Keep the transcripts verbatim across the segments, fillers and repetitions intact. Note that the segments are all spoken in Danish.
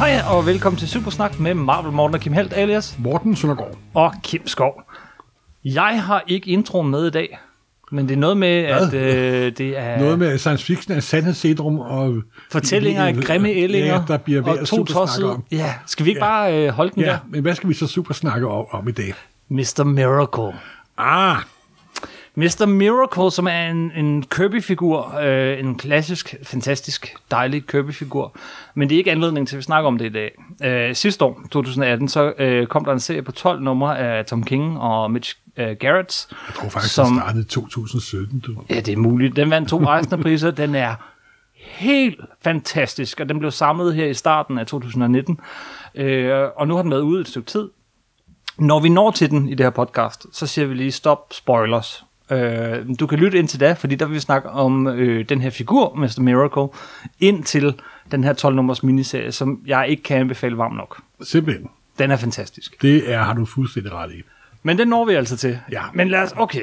Hej og velkommen til Supersnak med Marvel Morten og Kim Helt alias Morten Søndergaard og Kim Skov. Jeg har ikke introen med i dag, men det er noget med, Hvad? at øh, det er... Noget med science fiction af sandhedssyndrom og... Fortællinger af grimme ællinger ja, der bliver ved og at to supersnakke om. Ja, skal vi ikke ja. bare øh, holde den ja, der? men hvad skal vi så supersnakke om, om i dag? mister Miracle. Ah! mister Miracle, som er en, en Kirby-figur, øh, en klassisk, fantastisk, dejlig Kirby-figur, men det er ikke anledning til, at vi snakker om det i dag. Øh, sidste år, to tusind atten, så øh, kom der en serie på tolv numre af Tom King og Mitch øh, Gerrits. Jeg tror faktisk, som, den startede i to tusind sytten. Du. Ja, det er muligt. Den vandt to Eisner-priser. Den er helt fantastisk, og den blev samlet her i starten af to tusind nitten, øh, og nu har den været ude et stykke tid. Når vi når til den i det her podcast, så siger vi lige stop spoilers. Øh, du kan lytte ind til det, fordi der vil vi snakke om øh, den her figur, mister Miracle, indtil den her tolv-nummers miniserie, som jeg ikke kan anbefale varmt nok. Simpelthen. Den er fantastisk. Det er, har du fuldstændig ret i. Men den når vi altså til. Ja. Men lad os, okay.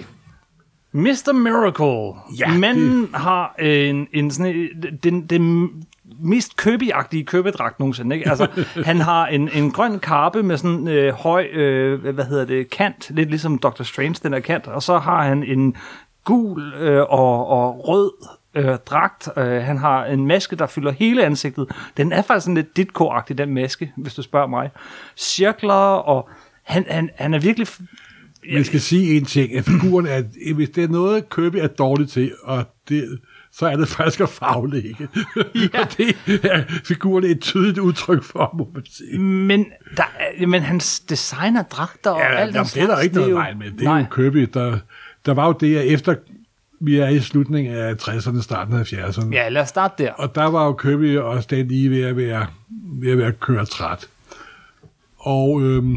mister Miracle. Ja, Manden det... har en, en sådan den, den mest Kirby-agtige Kirby-dragt nogensinde, ikke? Altså, han har en, en grøn karpe med sådan øh, høj, øh, hvad hedder det, kant, lidt ligesom Doctor Strange, den der kant, og så har han en gul øh, og, og rød øh, dragt. Øh, han har en maske, der fylder hele ansigtet. Den er faktisk sådan lidt Ditko-agtig, den maske, hvis du spørger mig. Cirkler, og han, han, han er virkelig... Vi skal sige en ting, at figuren er, hvis det er noget, Kirby er dårligt til, og det... så er det faktisk at faglægge. Ja. Og det er figuren et tydeligt udtryk for, må man sige. Men, der er, men hans design af dragter og ja, alt jamen, det er der ikke noget vej med. Det er nej. jo Kirby. Der, der var jo det, at efter vi er i slutningen af tresserne, starten af halvfjerdserne. Ja, lad os starte der. Og der var jo Kirby og Stan Lee ved at være, ved at være kørt træt. Og øhm,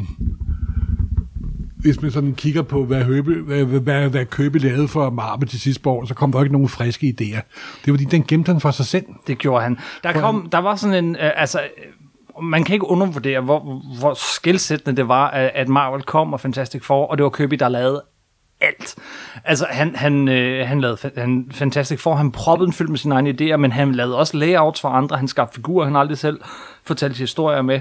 hvis man sådan kigger på, hvad, Høbe, hvad, hvad, hvad Kirby lavede for Marvel til sidste år, så kom der ikke nogen friske idéer. Det var fordi, den gemte han for sig selv. Det gjorde han. Der, kom, der var sådan en... Øh, altså, man kan ikke undervurdere, hvor, hvor skelsættende det var, at Marvel kom og Fantastic Four, og det var Kirby, der lavede alt. Altså, han, han, øh, han lavede han, Fantastic Four, han proppede en film med sine egne idéer, men han lavede også layouts for andre, han skabte figurer, han aldrig selv fortalte historier med.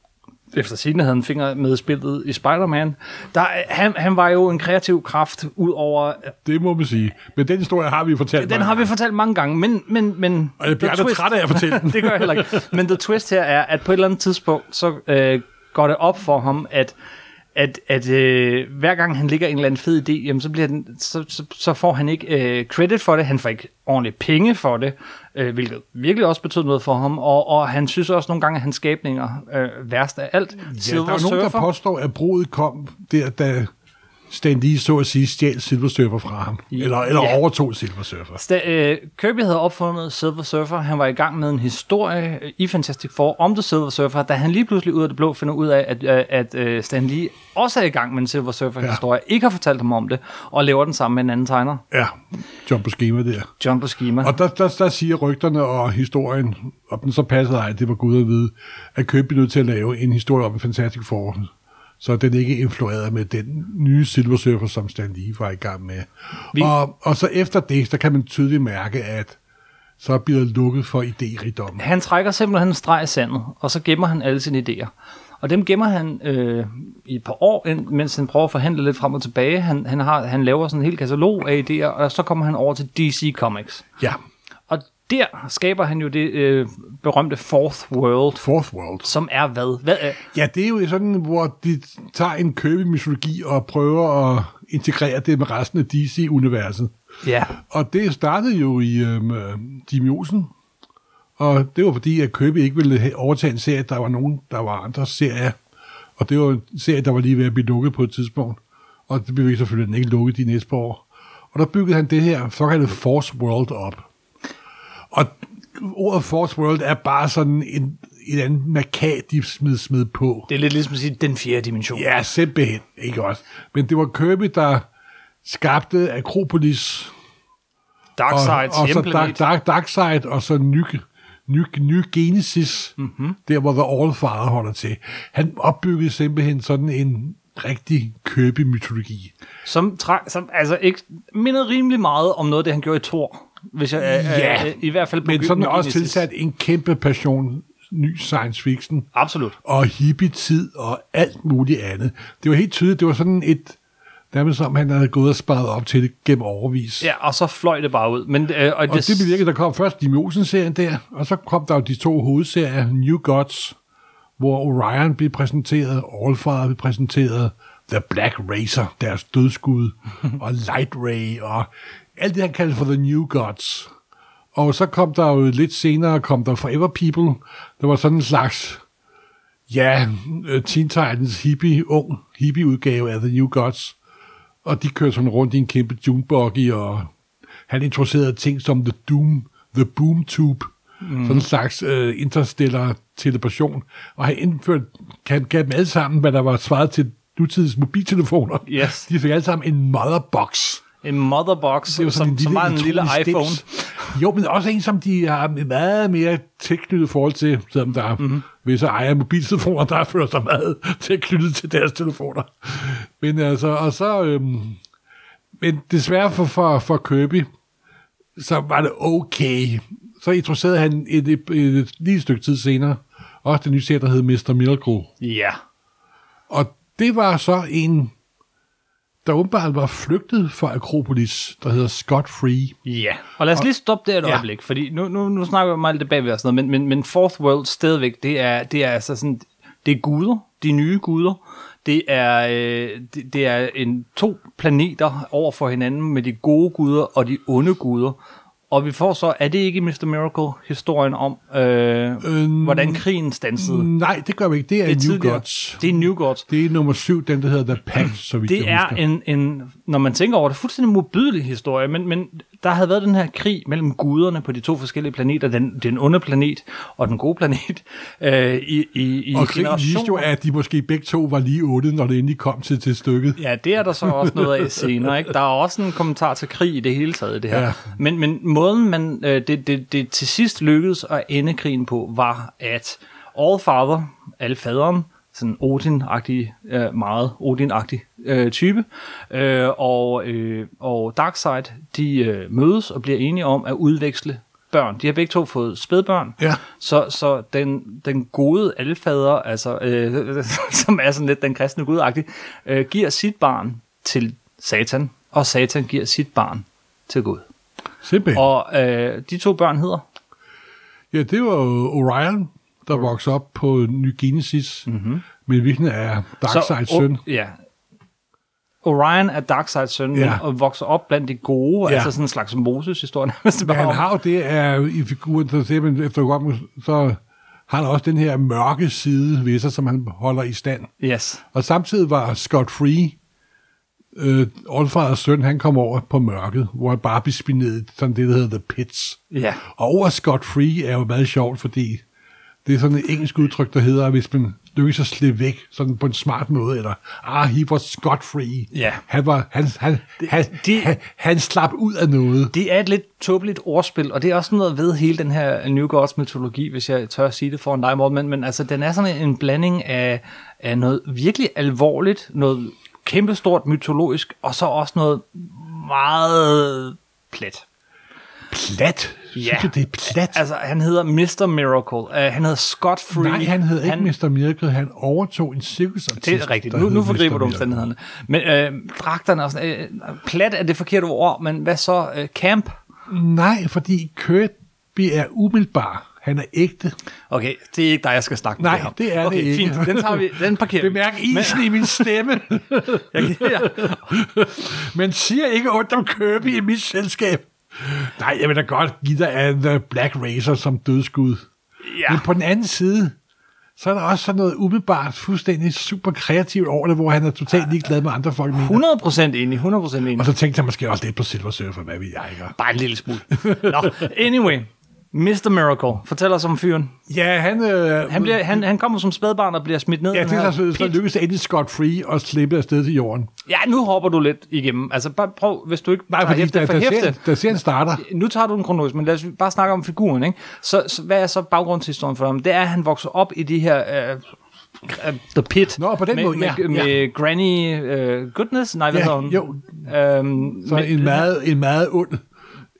Efter sigende havde han finger med spillet i Spider-Man. Der, han, han var jo en kreativ kraft ud over... Det må man sige. Men den historie har vi fortalt Den har vi fortalt mange gange, men... men, men og jeg bliver aldrig træt af at fortælle den. Det gør jeg heller ikke. Men the twist her er, at på et eller andet tidspunkt, så øh, går det op for ham, at at, at øh, hver gang han ligger en eller anden fed idé, jamen, så, bliver den, så, så, så får han ikke øh, credit for det, han får ikke ordentligt penge for det, øh, hvilket virkelig også betød noget for ham, og, og han synes også nogle gange, at hans skabninger øh, værst af alt. Ja, Silver der er Surfer. nogen, der påstår, at brudet kom der, da Stan Lee så at sige stjæl Silver Surfer fra ham, eller, eller ja. overtog Silver Surfer. Sta- øh, Kirby havde opfundet Silver Surfer, han var i gang med en historie i Fantastic Four om The Silver Surfer, da han lige pludselig ud af det blå finder ud af, at, at, at, at Stan Lee også er i gang med en Silver Surfer-historie, ja. ikke har fortalt ham om det, og laver den sammen med en anden tegner. Ja, John Buscema der. John Buscema. Og der, der, der siger rygterne og historien, og den så passede ej, det var Gud at vide, at Kirby nødt til at lave en historie om Fantastic Four, så den ikke influerede med den nye Silver Surfer, som Stan Lee var i gang med. Vi... Og, og så efter det, der kan man tydeligt mærke, at så bliver der lukket for idérigdom. Han trækker simpelthen en streg i sandet, og så gemmer han alle sine idéer. Og dem gemmer han øh, i et par år, mens han prøver at forhandle lidt frem og tilbage. Han, han, har, han laver sådan en hel katalog af idéer, og så kommer han over til D C Comics. Ja. Og der skaber han jo det øh, berømte Fourth World. Fourth World. Som er hvad? Hvad er? Ja, det er jo sådan, hvor de tager en Kirby-mytologi og prøver at integrere det med resten af D C-universet. Ja. Og det startede jo i øhm, Jimmy Olsen. Og det var fordi, at Kirby ikke ville overtage en serie, der var nogen, der var andre serier. Og det var en serie, der var lige ved at blive lukket på et tidspunkt. Og det blev selvfølgelig den ikke lukket de næste par år. Og der byggede han det her såkaldte Force World op. Og ordet Force World er bare sådan en, en anden maka, de smed, smed på. Det er lidt ligesom at sige, den fjerde dimension. Ja, simpelthen. Ikke også. Men det var Kirby, der skabte Akropolis. Darkseids og, og så hjemplanet. Dark, Darkseid, og så ny, ny, ny Genesis, mm-hmm. der hvor The Allfather holder til. Han opbyggede simpelthen sådan en rigtig Kirby-mytologi. Som, træ, som altså ikke minder rimelig meget om noget af det, han gjorde i Thor. Hvis jeg, ja, øh, i hvert fald på men sådan Genesis. også tilsat en kæmpe passion ny science fiction. Absolut. Og hippie-tid og alt muligt andet. Det var helt tydeligt, det var sådan et, dermed som han havde gået og sparet op til det gennem overvis. Ja, og så fløj det bare ud. Men, øh, og, og det, det bevirkede, der kom først Jim Olsen-serien der, og så kom der jo de to hovedserier, New Gods, hvor Orion blev præsenteret, Allfather blev præsenteret, The Black Racer, deres dødskud, og Light Ray, og alt det, han kaldte for The New Gods. Og så kom der jo lidt senere, kom der Forever People, der var sådan en slags, ja, Teen Titans hippie, ung hippie-udgave af The New Gods. Og de kørte sådan rundt i en kæmpe junebuggy, og han introducerede ting som The Doom, The Boom Tube, mm. sådan en slags uh, interstellar telepation. Og han indførte, kan gav dem alle sammen, hvad der var svaret til nutids mobiltelefoner. Yes. De fik alle sammen en motherbox. En motherbox, som, som, som var en lille iPhone. Stips. Jo, men også en, som de har meget mere tilknyttet forhold til, selvom der mm-hmm. er visse ejer mobiltelefoner, der føler sig meget tilknyttet til deres telefoner. Men altså, og så, øhm, men desværre for, for, for Kirby, så var det okay. Så introducerede han et, et, et, et lille stykke tid senere, også den nye serie, der hed mister Miracle. Ja. Og det var så en, der åbenbart var flygtet fra Akropolis, der hedder Scott Free. Ja, og lad os lige stoppe der et ja. øjeblik, fordi nu, nu, nu snakker vi meget lidt bagved og sådan noget, men, men, men Fourth World stadigvæk, det er, det er altså sådan, det er guder, de nye guder, det er, øh, det, det er en, to planeter over for hinanden med de gode guder og de onde guder. Og vi får så, er det ikke mister Miracle historien om, øh, øhm, hvordan krigen standsede? Nej, det gør vi ikke. Det er, det er New tidligere. Gods. Det er New Gods. Det er nummer syv, den der hedder The Pact, så vidt det er en, en, når man tænker over det, fuldstændig modbydelig historie, men, men der havde været den her krig mellem guderne på de to forskellige planeter, den, den onde planet og den gode planet, øh, i, i, i og krigen viste jo, at de måske begge to var lige otte, når det endelig kom til, til stykket. Ja, det er der så også noget af senere, ikke? Der er også en kommentar til krig i det hele taget, det her. Ja. Men, men måden, man, øh, det, det, det til sidst lykkedes at ende krigen på, var, at Allfather, Alfaderen, sådan Odin-agtig, øh, meget Odin-agtig øh, type, øh, og, øh, og Darkseid, de øh, mødes og bliver enige om at udveksle børn. De har begge to fået spædbørn, ja. så, så den, den gode alfader, altså, øh, som er sådan lidt den kristne gudagtige, øh, giver sit barn til Satan, og Satan giver sit barn til Gud. Simpelthen. Og øh, de to børn hedder? Ja, det var Orion, der voksede op på Ny Genesis, mm-hmm. men hvilken er Darkseids søn. Ja. Orion er Darkseids søn, ja. Og vokser op blandt de gode, ja. Altså sådan en slags Moses-historie. Men han har jo det, er i figuren, der ser man efter godt, så har han også den her mørke side ved sig, som han holder i stand. Yes. Og samtidig var Scott Free, øh, Allfathers søn, han kom over på mørket, hvor han bare blev spindet, sådan det, der hedder The Pits. Ja. Og over Scott Free er jo meget sjovt, fordi det er sådan et engelsk udtryk, der hedder, hvis man lykkes at slippe væk sådan på en smart måde, eller ah, he was scot free. Ja. Han, var, han, han, det, han, det, han, han slap ud af noget. Det er et lidt tåbeligt ordspil, og det er også noget ved hele den her New Gods mytologi, hvis jeg tør at sige det foran dig, Morten, men, men altså, den er sådan en blanding af, af noget virkelig alvorligt, noget kæmpestort mytologisk, og så også noget meget plet. Plat? Ja. Synes du, det er plat? Altså, han hedder mister Miracle. Uh, han hedder Scott Free. Nej, han hedder han... ikke mister Miracle. Han overtog en cirkusartist. Det er rigtigt. Nu, nu forgriber du omstændighederne. Men øh, dragterne og sådan, øh, plat er det forkerte ord, men hvad så? Øh, camp? Nej, fordi Kirby er umiddelbar. Han er ægte. Okay, det er ikke dig, jeg skal snakke med. Nej, det, det er okay, det ikke. Fint, den tager vi, den parkerer vi. Bemærk isen men... i min stemme. jeg, ja. Men siger ikke ondt om Kirby i mit selskab. Nej, jeg vil da godt give dig af The Black Racer som dødskud. Ja. Men på den anden side, så er der også sådan noget umiddelbart fuldstændig super kreativt over det, hvor han er totalt ligeglad med andre folk. hundrede procent enig, hundrede procent enig. Og så tænkte jeg måske også lidt på Silver Surfer, hvad ved jeg ikke. Bare en lille smule. Nå, anyway. mister Miracle. Fortæl os om fyren. Ja, han... Øh, han, bliver, han, han kommer som spædbarn og bliver smidt ned. Ja, det er så, så lykkes det endelig Scott Free og slippe afsted til jorden. Ja, nu hopper du lidt igennem. Altså, bare prøv, hvis du ikke... Nej, fordi der, for der, hæfte, der, der ser en starter. Nu tager du den kronologisk, men lad os bare snakke om figuren, ikke? Så, så hvad er så baggrundshistorien for ham? Det er, at han vokser op i de her... Uh, Uh, The Pit. Nå, på den med, måde, ja. Med, med ja. Granny uh, Goodness? Nej, hvad ja, hedder hun? Jo. Um, så med, en meget, en meget ond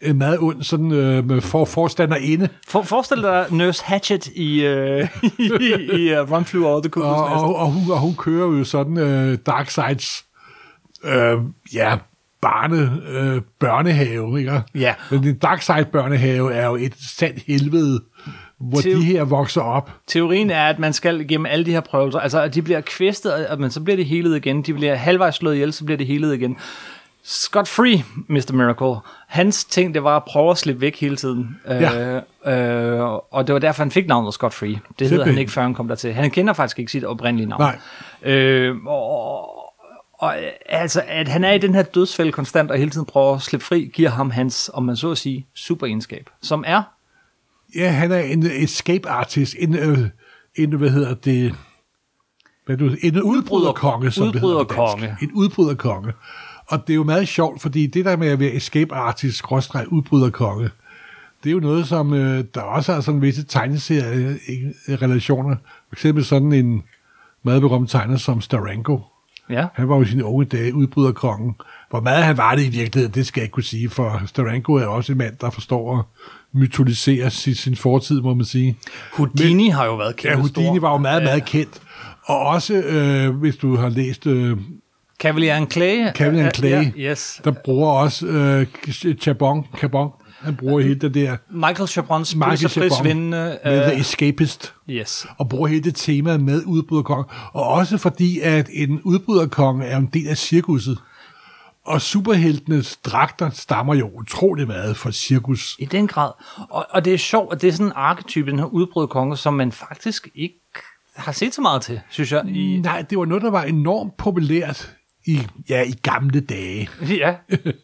en meget ond sådan, øh, for, forstanderinde. For, forestil dig Nurse Hatchet i, øh, i, i uh, Run Through All the Cuckoo's Og, Nest. og, og, hun, og hun kører jo sådan øh, Darkseids øh, ja, barne, øh, børnehave, ikke? Ja. Men den Darkseid børnehave er jo et sandt helvede, hvor Til- de her vokser op. Teorien er, at man skal igennem alle de her prøvelser. Altså, at de bliver kvæstet, og- men så bliver de helet igen. De bliver halvvejs slået ihjel, så bliver de helet igen. Scott Free, mister Miracle. Hans ting, det var at prøve at slippe væk hele tiden. Ja. Øh, øh, og det var derfor, han fik navnet Scott Free. Det hedder han Simpelthen. ikke, før han kom dertil. Han kender faktisk ikke sit oprindelige navn. Nej. Øh, og, og øh, altså, at han er i den her dødsfælde konstant, og hele tiden prøver at slippe fri, giver ham hans, om man så at sige, superegenskab. Som er... Ja, han er en escape artist, en, øh, en hvad hedder det, hvad du, en udbryderkonge, som det hedder på dansk. Udbryderkonge. En udbryderkonge. Og det er jo meget sjovt, fordi det der med at være escape artist, skråstreg udbryderkonge, det er jo noget, som øh, der også har sådan visse tegneserie-relationer. For eksempel sådan en meget berømt tegner som Steranko. Ja. Han var jo i sine unge dage udbryderkongen. Hvor meget han var det i virkeligheden, det skal jeg ikke kunne sige, for Steranko er også en mand, der forstår at mytolisere sin, sin fortid, må man sige. Houdini har jo været kæmpe Ja, Houdini stor. var jo meget, meget kendt. Og også, øh, hvis du har læst øh, Cavalier and Clay. Cavalier and Clay, Ja, yes. der bruger også øh, Chabon, Chabon, han bruger hele det der Michael Chabrons Michael Chabon Pulitzerprisvindende. med The Escapist, Yes. og bruger hele det tema med udbryderkonge. Og også fordi, at en udbryderkonge er en del af cirkuset. Og superheltenes dragter stammer jo utrolig meget fra cirkus. I den grad. Og, og det er sjovt, at det er sådan en arketype, den her udbrudkonge, som man faktisk ikke har set så meget til, synes jeg. I, Nej, det var noget, der var enormt populært i, ja, i gamle dage. ja.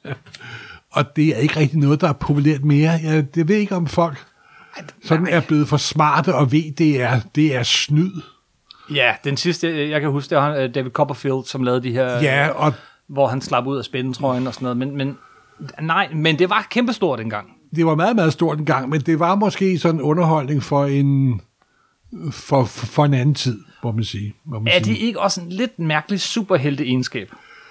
Og det er ikke rigtig noget, der er populært mere. Jeg, jeg ved ikke, om folk sådan er blevet for smarte og ved, det er, det er snyd. Ja, den sidste, jeg kan huske, det var han, David Copperfield, som lavede de her, Ja, og hvor han slap ud af spændetrøjen og sådan noget. Men, men nej, men det var kæmpestort dengang. det var meget, meget stort en gang, men det var måske sådan en underholdning for en, for, for, for en anden tid, må man sige. Må man Er det sige. ikke også en lidt mærkelig superhelte-egenskab?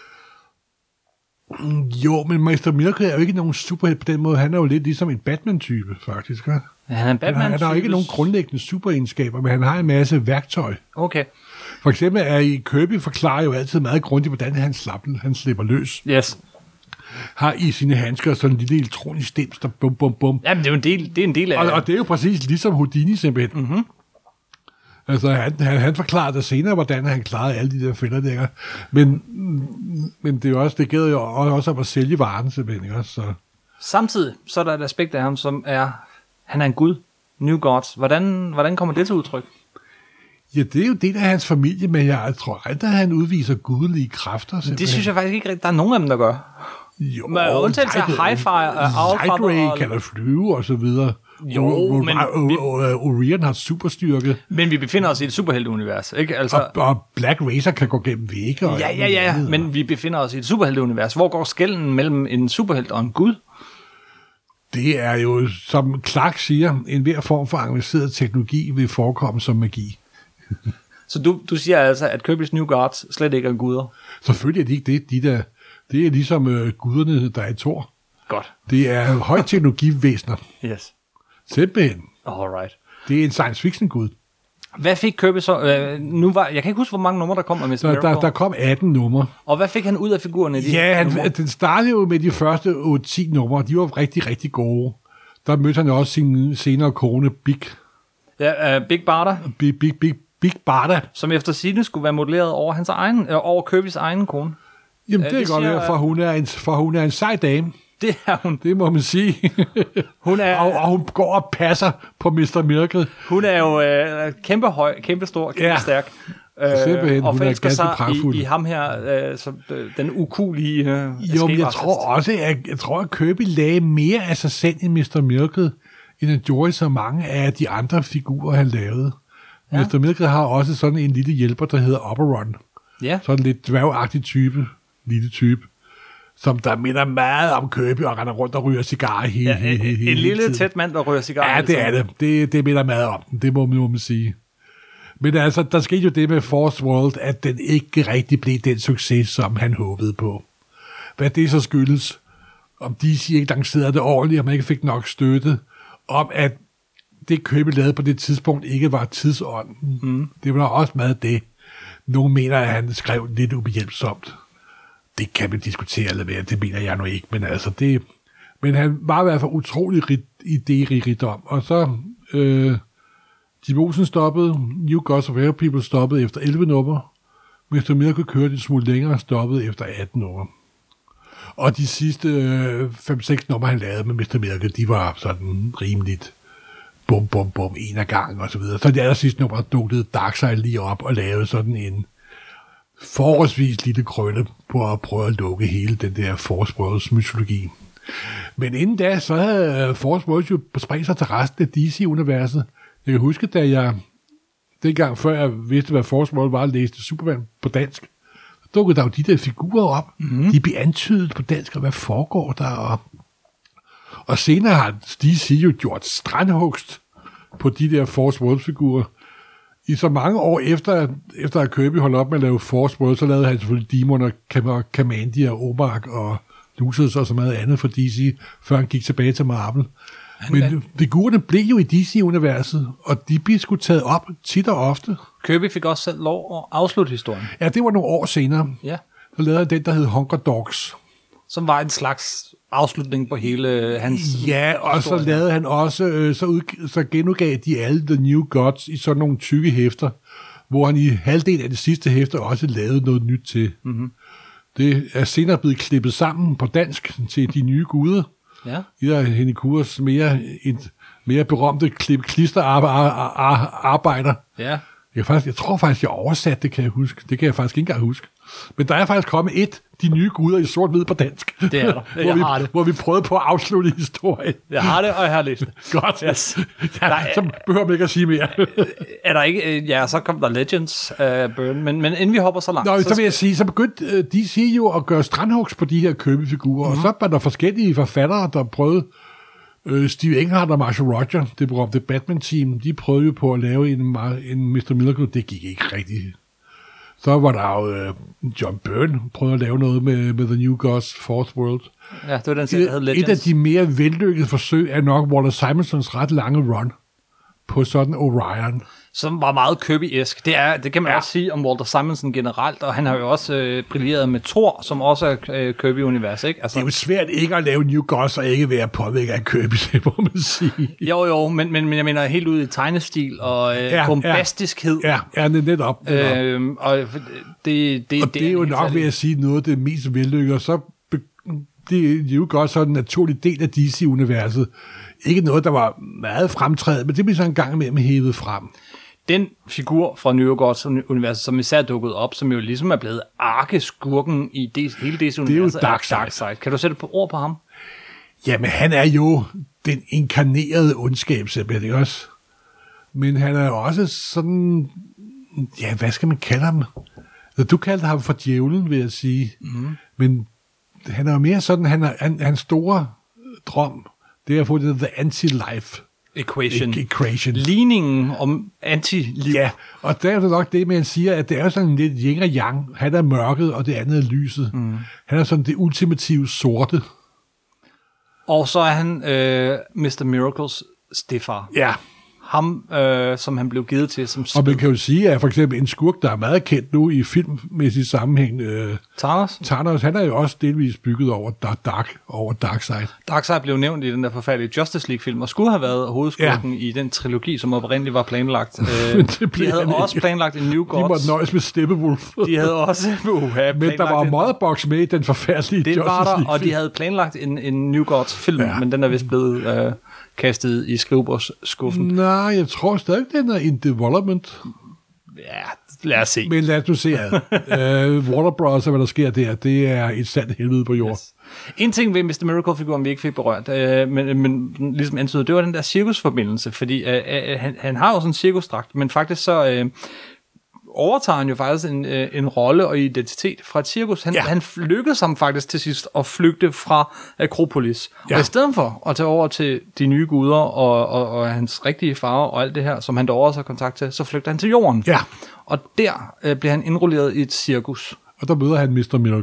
Jo, men mister Miracle er jo ikke nogen superhelt på den måde. Han er jo lidt ligesom en Batman-type, faktisk. Ja? Ja, han er en Han har, han har jo ikke Batman-type. nogen grundlæggende superegenskaber, men han har en masse værktøj. Okay, For eksempel er i Kirby forklarer jo altid meget grundigt, hvordan han, slapper, han slipper løs. yes. Har i sine handsker sådan en lille elektronisk stems, der bum, bum, bum. Jamen, det er jo en del, det er en del af... Og, og det er jo præcis ligesom Houdini simpelthen. Mm-hmm. Altså, han, han, han forklarer det senere, hvordan han klarede alle de der fælder der. Men, men det er jo også, det gælder jo også om at sælge varen simpelthen, ikke? Så Samtidig, så er der et aspekt af ham, som er, han er en gud, New Gods. Hvordan, hvordan kommer det til udtryk? ja, det er jo det af hans familie, men jeg tror aldrig, at han udviser gudelige kræfter. Simpelthen. Det synes jeg faktisk ikke rigtigt, der er nogen af dem, der gør. Jo, Med undtagelse af Hi-Fi og Owlfather Light og- kan der flyve og så videre. Jo, O- o- men o- vi- o- o- Orion har superstyrke, Men vi befinder os i et superhelteunivers, ikke? Altså, og, og Black Racer kan gå gennem vægge. Og ja, alt ja, ja, muligt. men vi befinder os i et superhelteunivers. Hvor går skelnen mellem en superhelt og en gud? Det er jo, som Clark siger, en hver form for avanceret teknologi vil forekomme som magi. Så du, du siger altså, at Kirby's New Gods slet ikke er guder? Selvfølgelig er de ikke det. De der, det er ligesom øh, guderne, der er i Thor. Godt. Det er højteknologivæsener. Yes. Simpelthen. Alright. Det er en science fiction gud. Hvad fik Kirby så? Øh, nu var, jeg kan ikke huske, hvor mange numre, der kom af mister Der, Miracle. der, der kom atten numre. Og hvad fik han ud af figurerne i de Ja, numre? han, den startede jo med de første otte ti numre. De var rigtig, rigtig gode. Der mødte han også sin senere kone, Big, Ja, uh, Big Barda, Big, Big, Big, Big Barda. som efter sigende skulle være modelleret over hans egen, øh, over Kirbys egen kone. Jamen, Ja, det, det det kan godt siger- være, for hun er en, for hun er en sej dame. Det er hun. Det må man sige. Hun er, og, og hun går og passer på mister Miracle. hun er jo øh, kæmpe høj, kæmpe stor, kæmpe Ja. stærk. Simpelthen, og hun er forelsker ganske sig pragtfuld. i, i ham her, øh, som, øh, den ukulige øh, Jo, men jeg escape-artist. tror også, at, jeg tror, at Kirby lagde mere af sig selv i mister Miracle, end han gjorde i så mange af de andre figurer, han lavede. Ja. mister Miracle har også sådan en lille hjælper, der hedder Oberon. Ja. Sådan en lidt dværgagtig type, lille type, som der minder meget om Kirby og render rundt og ryger cigarer hele, Ja, hele, en, hele, en hele lille tiden. tæt mand, der rører cigarer. Ja, hele det er tiden. det. det. Det minder meget om den, det må man, må man sige. Men altså, der skete jo det med Force World, at den ikke rigtig blev den succes, som han håbede på. Hvad det så skyldes, om D C ikke lancerede det ordentligt, og man ikke fik nok støtte, om at det Kirby lavede på det tidspunkt ikke var tidsånden. Mm. Det var også meget det. Nogle mener, at han skrev lidt ubehjælpsomt. Det kan vi diskutere eller hvad, det mener jeg nu ikke, men altså det... Men han var i hvert fald utrolig rig, idérig rigdom. Og så... Øh, Jim Olsen stoppede, New Gods of Air People stoppede efter elleve numre, mister Miracle kørte en smule længere og stoppede efter atten numre. Og de sidste øh, fem seks numre, han lavede med mister Miracle, de var sådan rimeligt bum, bum, bum, en af gangen og så videre. Så de aller sidste numre dukkede Darkseid lige op og lavede sådan en forholdsvis lille krølle på at prøve at lukke hele den der Force Worlds mytologi. Men inden da, så havde Force Worlds jo spredt sig til resten af D C-universet. Jeg kan huske, da jeg dengang før jeg vidste, hvad Force World var, læste Superman på dansk, så dukkede der jo de der figurer op. Mm-hmm. De blev antydet på dansk, og hvad foregår der? Og, og senere har D C jo gjort strandhugst på de der Force World-figurer. I så mange år efter, efter at Kirby holdt op med at lave Force World, så lavede han selvfølgelig Demon og Cam- Kamandi og Omark og Lucius og så meget andet for D C, før han gik tilbage til Marvel. Men figurerne blev jo i D C-universet, og de blev sgu taget op tit og ofte. Kirby fik også selv lov at afslutte historien. Ja, det var nogle år senere. Ja. Så lavede han den, der hed Hunger Dogs. Som var en slags afslutning på hele hans Ja, og historie. Så lavede han også, øh, så, ud, så genudgav de alle The New Gods i sådan nogle tykke hæfter, hvor han i halvdelen af det sidste hæfter også lavede noget nyt til. Mm-hmm. Det er senere blevet klippet sammen på dansk til De Nye Guder. Ja. I der Henny Kurs mere, et, mere berømte klip-klister-arbejder. Ja. Jeg, faktisk, jeg tror faktisk, jeg oversat det, kan jeg huske. Det kan jeg faktisk ikke engang huske. Men der er faktisk kommet et, De Nye Guder i sort-hvid på dansk. Det er der. hvor, vi, det. hvor vi prøvede på at afslutte historien. Jeg har det, og jeg har læst det. Godt. Yes. Ja, er, så behøver vi ikke at sige mere. Er der ikke... Ja, så kom der Legends uh, Burn, men, men inden vi hopper så langt... Nå, så, så vil jeg sige, så begyndte uh, D C jo at gøre strandhugs på de her Kirby-figurer, mm-hmm. og så var der forskellige forfattere, der prøvede... Uh, Steve Englehart og Marshall Roger, det berømte Batman-team, de prøvede jo på at lave en, en mister Miracle. Det gik ikke rigtigt. Så var der jo uh, John Byrne, prøvede at lave noget med, med The New Gods, Fourth World. Ja, det var den, der hed Legends. Et af de mere vellykkede forsøg er nok Walter Simonsons ret lange run på sådan Orion. Som var meget Kirby-esk. Det, er, det kan man ja. også sige om Walter Simonson generelt, og han har jo også øh, brilleret med Thor, som også er øh, Kirby-univers, ikke? Altså, det er jo svært ikke at lave New Gods og ikke være påvirket af Kirby, det må man sige. Jo, jo, men, men, men jeg mener helt ud i tegnestil og øh, ja, bombastiskhed. Ja, ja, netop. netop. Øh, og det, det, det, og det er jo nok ved at sige noget af det mest vellykkede, så det er jo godt sådan en naturlig del af D C-universet. Ikke noget, der var meget fremtrædet, men det blev så en gang med med hævet frem. Den figur fra New Gods-universet, som især dukket op, som jo ligesom er blevet arkeskurken i det, hele det universet, det er jo Darkseid. Darkseid. Kan du sætte på ord på ham? Jamen, han er jo den inkarnerede ondskab, simpelthen, ikke også? Men han er jo også sådan... Ja, hvad skal man kalde ham? Du kaldte ham for djævlen, vil jeg sige. Mm. Men han er jo mere sådan, han er, han, hans store drøm, det er at få det the anti-life equation. E- equation. Ligningen om anti-liv. Ja, og der er det nok det, man siger, at det er sådan lidt yin og yang. Han er mørket, og det andet er lyset. Mm. Han er sådan det ultimative sorte. Og så er han øh, mister Miracles stedfar. Ja. Ham, øh, som han blev givet til som spil. Og man kan jo sige, at for eksempel en skurk, der er meget kendt nu i filmmæssig sammenhæng, øh, Thanos. Thanos, han er jo også delvis bygget over Dark, over Darkseid. Darkseid blev nævnt i den der forfærdelige Justice League-film, og skulle have været hovedskurken ja. i den trilogi, som oprindeligt var planlagt. Øh, de havde også planlagt en New Gods. De måtte nøjes med Steppenwolf. De havde også uh, men der var Motherbox med i den forfærdelige det Justice var der, League-film. Og de havde planlagt en, en New Gods-film, ja. men den er vist blevet... Øh, kastet i skrivebordsskuffen. Nej, jeg tror stadig, den er in development. Ja, lad os se. Men lad os nu se. uh, Warner Bros. Hvad der sker der, det er et sandt helvede på jord. Yes. En ting ved mister Miracle-figuren, vi ikke fik berørt, øh, men, men ligesom antydet, det var den der cirkusforbindelse, fordi øh, øh, han, han har jo sådan en cirkusdragt, men faktisk så... Øh, overtager han jo faktisk en, øh, en rolle og identitet fra et cirkus. Han, ja. han lykkedes ham faktisk til sidst at flygte fra Akropolis. Ja. Og i stedet for at tage over til de nye guder og, og, og hans rigtige farver og alt det her, som han dog også har kontakt til, så flygter han til jorden. Ja. Og der øh, bliver han indrulleret i et cirkus. Og der møder han mister Miracle.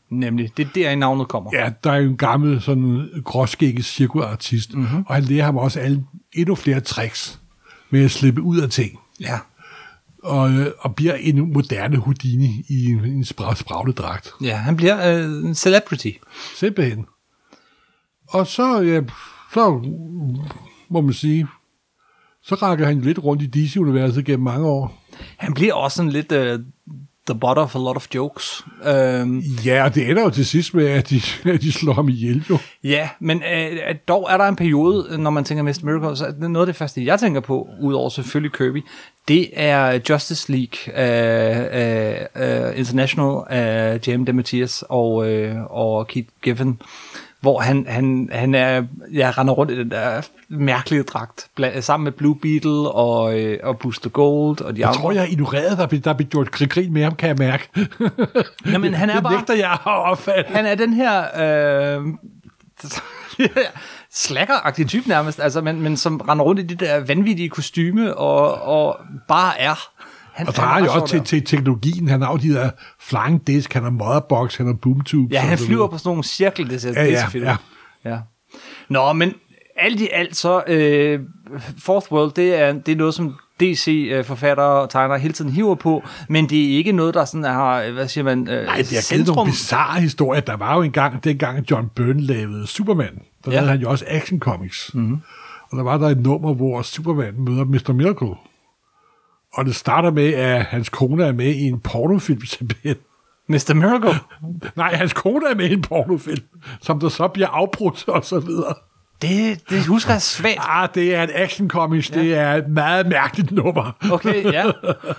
Nemlig, det er der, i navnet kommer. Ja, der er jo en gammel, sådan gråskægget cirkulartist, mm-hmm. og han lærer ham også alle, endnu flere tricks med at slippe ud af ting. Ja. Og, og bliver en moderne Houdini i en, en spraglet dragt. Ja, han bliver øh, en celebrity. Simpelthen. Og så, ja, så må man sige, så rækker han lidt rundt i D C-universet gennem mange år. Han bliver også sådan lidt uh, the butt of a lot of jokes. Um, ja, og det ender jo til sidst med, at de, at de slår ham ihjel jo. Ja, men uh, dog er der en periode, når man tænker mister Miracle, så er noget af det første, jeg tænker på, udover selvfølgelig Kirby, det er Justice League uh, uh, uh, International af uh, J M DeMatteis og, uh, og Keith Giffen, hvor han, han, han er, ja, render rundt i den der mærkelige dragt, bla, sammen med Blue Beetle og, øh, og Booster Gold og de jeg andre. Jeg tror, jeg har ignoreret, der er der blevet gjort grin med ham, kan jeg mærke. Jamen, han er det bare... nægter jeg har opfattet. Han er den her... Øh, slacker-agtig type nærmest, altså, men, men som render rundt i det der vanvittige kostyme og, og bare er... Han, og der er jo også til, til teknologien. Han har jo de der flying disc, han har motherbox, han har boomtube. Ja, han flyver på sådan nogle cirkel, det ser ja, ja, fedt ja. ja. Nå, men alt i alt så, øh, Fourth World, det er, det er noget, som D C-forfattere og tegnere hele tiden hiver på, men det er ikke noget, der sådan har, hvad siger man, øh, nej, det er givet nogle bizarre historier. Der var jo engang, dengang John Byrne lavede Superman, der ja. lavede han jo også Action Comics. Mm-hmm. Og der var der et nummer, hvor Superman møder mister Miracle. Og det starter med, at hans kone er med i en pornofilm, simpelthen. mister Miracle? Nej, hans kone er med i en pornofilm, som der så bliver afbrudt, og så videre. Det, det husker jeg svagt. Ah, det er en action comics. Ja. Det er et meget mærkeligt nummer. Okay, ja.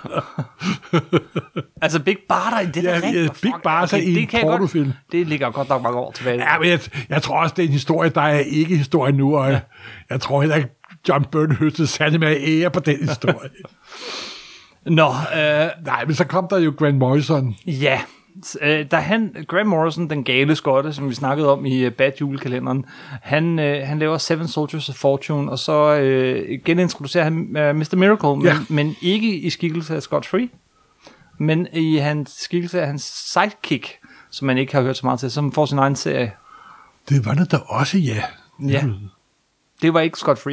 altså Big Barter i det ja, der ja, Big Barter okay, i en pornofilm. Godt, det ligger godt nok mange år tilbage. Ja, men jeg, jeg tror også, det er en historie, der er ikke historie nu, og ja. jeg, jeg tror heller ikke, John Byrne høstede særlig med ære på den historie. Nå, øh, nej, men så kom der jo Grant Morrison. Ja, da han, Grant Morrison, den gale skotte, som vi snakkede om i uh, Bad Julekalenderen, han, uh, han laver Seven Soldiers of Fortune, og så uh, genintroducerer han uh, mister Miracle, ja. men, men ikke i skikkelse af Scott Free, men i hans skikkelse af hans sidekick, som man ikke har hørt så meget til, som får sin egen serie. Det var det da også, ja. Ja, det var ikke Scott Free.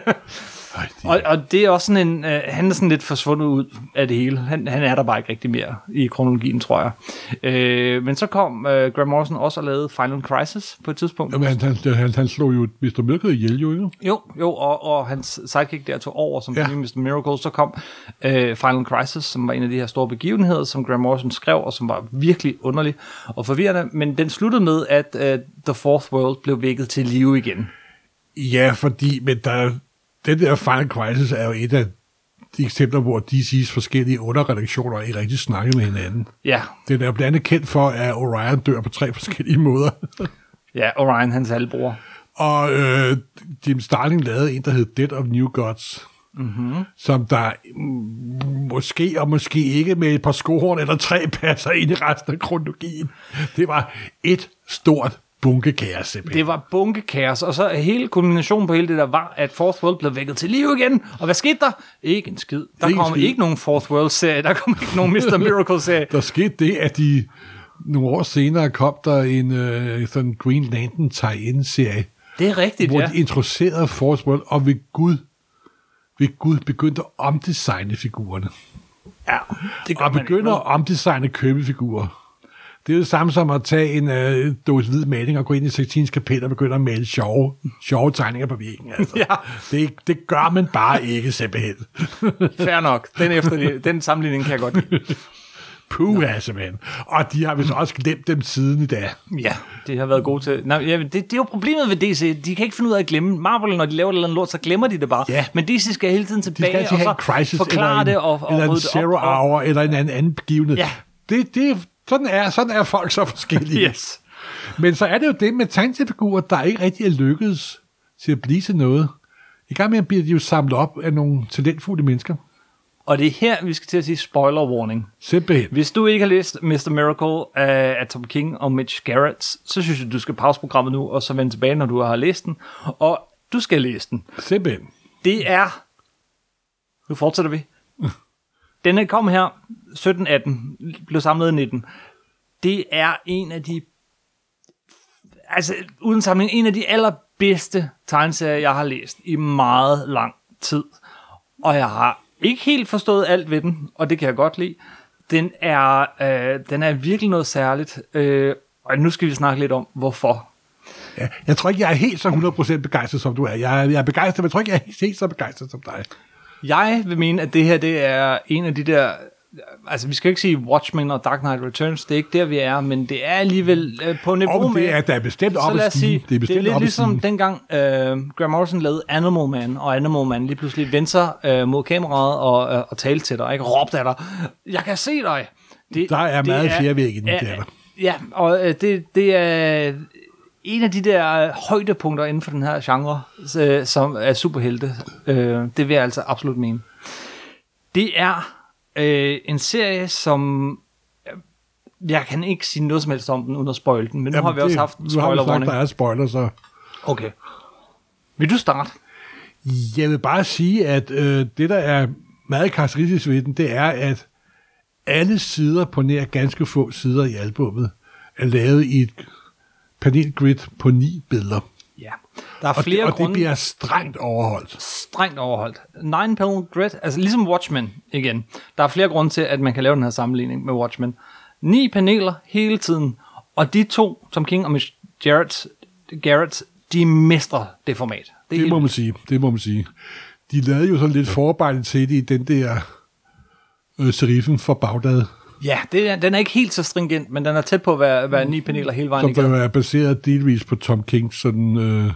Ej, det... Og, og det er også sådan en, øh, han er sådan lidt forsvundet ud af det hele. Han, han er der bare ikke rigtig mere i kronologien, tror jeg. Øh, men så kom øh, Grant Morrison også og lavede Final Crisis på et tidspunkt. Jamen, han, han, han, han slog jo mister Miracle ihjel, jo ikke? Jo, jo og, og hans sidekick der tog over som ja. mister Miracle. Så kom øh, Final Crisis, som var en af de her store begivenheder, som Grant Morrison skrev, og som var virkelig underlig og forvirrende. Men den sluttede med, at øh, The Fourth World blev vækket til live igen. Ja, fordi men der, den der Final Crisis er jo et af de eksempler, hvor D C's forskellige underredaktioner ikke rigtig snakker med hinanden. Ja. Den er blandt andet kendt for, at Orion dør på tre forskellige måder. Ja, Orion, hans halvbror. Og øh, Jim Starlin lavede en, der hed Dead of New Gods, mm-hmm. som der måske og måske ikke med et par skohorn eller tre passer ind i resten af kronologien. Det var et stort bunkekaos simpelthen. Det var bunkekaos, og så hele kulminationen på hele det der var, at Fourth World blev vækket til liv igen. Og hvad skete der? Ikke en skid. Der ikke kom ikke nogen Fourth World-serie, der kom ikke nogen mister Miracle-serie. Der skete det, at de nogle år senere kom der en øh, sådan Green Lantern tie-in-serie. Det er rigtigt, hvor ja. de introducerede Fourth World, og ved Gud, ved Gud begyndte at omdesigne figurerne. Ja, det gør og begynder at omdesigne købefigurer. Det er jo det samme som at tage en øh, dåse hvid maling og gå ind i Sixtins kapel og begynde at male sjove, sjove tegninger på væggen. Altså. Ja. Det, det gør man bare ikke simpelthen. Fair nok. Den, efter, den sammenligning kan jeg godt lide. Puh, ja, simpelthen. Og de har vist også glemt dem siden i dag. Ja, det har været gode til. Nej, ja, det, det er jo problemet ved D C. De kan ikke finde ud af at glemme. Marvel, når de laver et eller andet lort, så glemmer de det bare. Ja. Men D C skal hele tiden tilbage de skal og så crisis, forklare en, det. Og, og eller en zero op, og... hour, eller en anden, anden begivenhed. Ja. Det, det, sådan, er, sådan er folk så forskellige. Yes. Men så er det jo det med tegneseriefigurer, der ikke rigtig er lykkedes til at blive til noget. I gang med bliver de jo samlet op af nogle talentfulde mennesker. Og det er her, vi skal til at sige spoiler warning. Simpelthen. Hvis du ikke har læst mister Miracle af, af Tom King og Mitch Garrett, så synes jeg, du skal pause programmet nu, og så vende tilbage, når du har læst den. Og du skal læse den. Simpelthen. Det er... Nu fortsætter vi. Den kom her sytten atten, blev samlet i nitten. det er en af de, altså uden sammenligning, en af de allerbedste tegneserier, jeg har læst i meget lang tid. Og jeg har ikke helt forstået alt ved den, og det kan jeg godt lide. Den er, øh, den er virkelig noget særligt, øh, og nu skal vi snakke lidt om, hvorfor. Ja, jeg tror ikke, jeg er helt så hundrede procent begejstret, som du er. Jeg er, jeg er begejstret, men jeg tror ikke, jeg er helt så begejstret som dig. Jeg vil mene, at det her, det er en af de der, altså vi skal ikke sige Watchmen og Dark Knight Returns, det er ikke der, vi er, men det er alligevel øh, på niveau og med... det er, der er bestemt op at sige, det er, det er lidt ligesom dengang øh, Graham Morrison lavede Animal Man, og Animal Man lige pludselig vendte sig øh, mod kameraet og, øh, og talte til dig, ikke? Råbte af dig, jeg kan se dig! Det, der er det meget er, fjervæg i den, er, der. Ja, og øh, det, det er en af de der højdepunkter inden for den her genre, øh, som er superhelte. Øh, det vil jeg altså absolut mene. Det er øh, en serie, som jeg kan ikke sige noget som helst om den, uden at spoil den, men nu Jamen har vi det, også haft en spoiler-warning. Nu har vi sagt, der er spoiler, så... Okay. Vil du starte? Jeg vil bare sige, at øh, det, der er meget karakteristisk ved den, det er, at alle sider på nær ganske få sider i albummet er lavet i et panelgrid på ni billeder. Ja. Der er flere og det, grunde... og det bliver strengt overholdt. Strengt overholdt. Nine panel grid, altså ligesom Watchmen igen. Der er flere grunde til, at man kan lave den her sammenligning med Watchmen. Ni paneler hele tiden, og de to, Tom King og Mitch Garrett, Garrett de mestrer det format. Det, det må man sige, det må man sige. De lavede jo sådan lidt forarbejde til det i den der øh, serifen for Bagdad. Ja, det er, den er ikke helt så stringent, men den er tæt på at være, være ni paneler hele vejen igennem. Som der er baseret delvis på Tom Kings sådan, øh,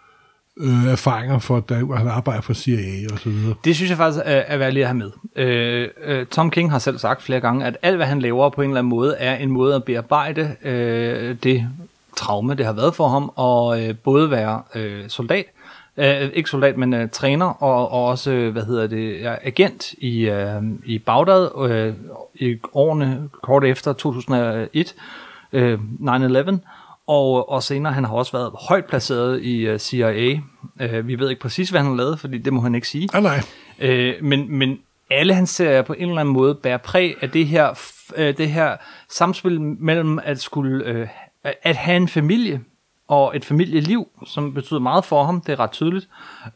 øh, erfaringer, for, da han arbejder for C I A og så videre. Det synes jeg faktisk er, er værd lige at have med. Øh, øh, Tom King har selv sagt flere gange, at alt hvad han laver på en eller anden måde, er en måde at bearbejde øh, det traume, det har været for ham, og øh, både være øh, soldat, øh, ikke soldat, men øh, træner, og, og også, øh, hvad hedder det, ja, agent i, øh, i Bagdad, øh, i årene kort efter to tusind og et, øh, nine eleven, og, og senere, han har også været højt placeret i uh, C I A. Uh, vi ved ikke præcis, hvad han har lavet, fordi det må han ikke sige. Ah, nej. Uh, men, men alle hans serier på en eller anden måde bærer præg af det her, uh, det her samspil mellem at skulle uh, at have en familie og et familieliv, som betyder meget for ham, det er ret tydeligt.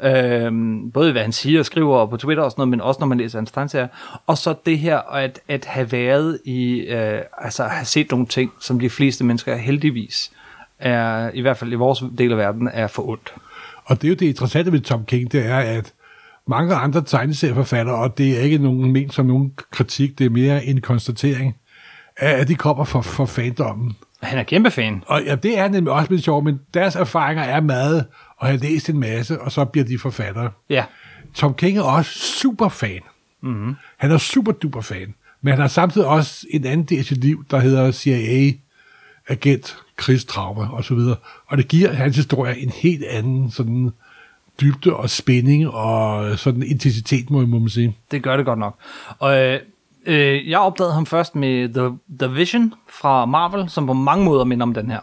Øhm, både hvad han siger og skriver på Twitter og sådan noget, men også når man læser hans tegneserier. Og så det her at, at have været i, øh, altså have set nogle ting, som de fleste mennesker heldigvis er, i hvert fald i vores del af verden, er for ondt. Og det er jo det interessante ved Tom King, det er, at mange andre tegneserieforfattere, og det er ikke nogen ment som nogen kritik, det er mere en konstatering, at de kommer fra, fra fandommen. Han er kæmpe fan. Og ja, det er nemlig også lidt sjovt, men deres erfaringer er meget at have læst en masse, og så bliver de forfattere. Ja. Tom King er også super fan. Mm-hmm. Han er super duper fan. Men han har samtidig også en anden del af sit liv, der hedder C I A-agent, krigstraume og så videre. Og det giver hans historie en helt anden sådan dybde og spænding og sådan intensitet, må, må man sige. Det gør det godt nok. Og øh, øh, jeg opdagede ham først med The, The Vision fra Marvel, som på mange måder minder om den her.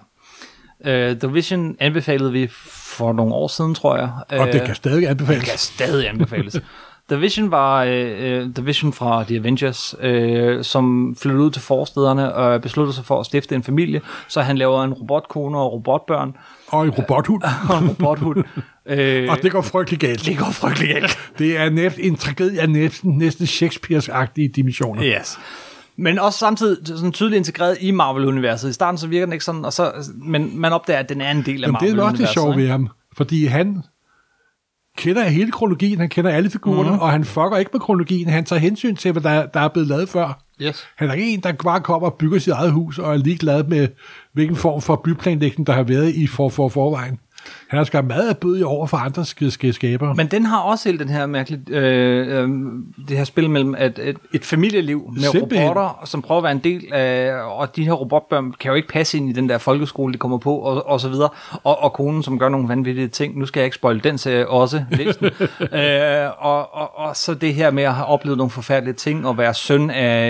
Uh, The Vision anbefalede vi for nogle år siden, tror jeg. Og det kan stadig anbefales. Det kan stadig anbefales. The Vision var uh, The Vision fra The Avengers, uh, som flyttede ud til forstederne og besluttede sig for at stifte en familie, så han laver en robotkone og robotbørn. Og en robothund. og en robothund. uh, og det går frygtelig galt. Det går frygtelig galt. Det er næsten en tragedie af næsten, næsten Shakespeare's-agtige dimensioner. Yes. Men også samtidig sådan tydeligt integreret i Marvel-universet. I starten så virker den ikke sådan, og så, men man opdager, at den er en del af Marvel-universet. Det er også det sjove ved ham, fordi han kender hele kronologien, han kender alle figurerne, mm. og han fucker ikke med kronologien. Han tager hensyn til, hvad der, der er blevet lavet før. Yes. Han er ikke en, der bare kommer og bygger sit eget hus, og er ligeglad med, hvilken form for byplanlægning, der har været i for, for forvejen. Han har skabt meget af bød i over for andre skabere. Men den har også helt den her mærkelige, øh, øh, det her spil mellem et, et, et familieliv med Simpelthen. robotter, som prøver at være en del af, og de her robotbørn kan jo ikke passe ind i den der folkeskole, de kommer på, og, og så videre. Og, og konen, som gør nogle vanvittige ting. Nu skal jeg ikke spoil den serie også, læs den. øh, og, og, og så det her med at have oplevet nogle forfærdelige ting, og være søn af,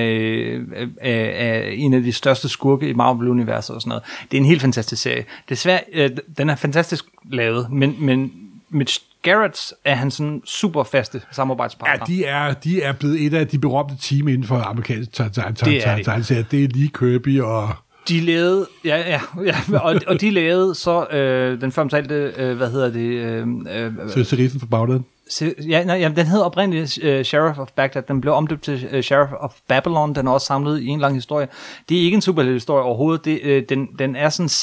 af, af en af de største skurke i Marvel-universet og sådan noget. Det er en helt fantastisk serie. Desværre, øh, den er fantastisk lavet, men, men Mitch Garrett er han sådan super faste samarbejdspartner. Ja, de er, de er blevet et af de berømte team inden for amerikansk tegneserier. Det er Lee Kirby og De lavede, ja, ja, ja og, og de lavede så øh, den føromtalte, øh, hvad hedder det? Øh, øh, Sheriffen for Bagdad. Ja, nej, jamen, den hed oprindeligt uh, Sheriff of Baghdad. Den blev omdøbt til uh, Sheriff of Babylon. Den er også samlet i en lang historie. Det er ikke en superhistorie overhovedet. Det, uh, den, den er sådan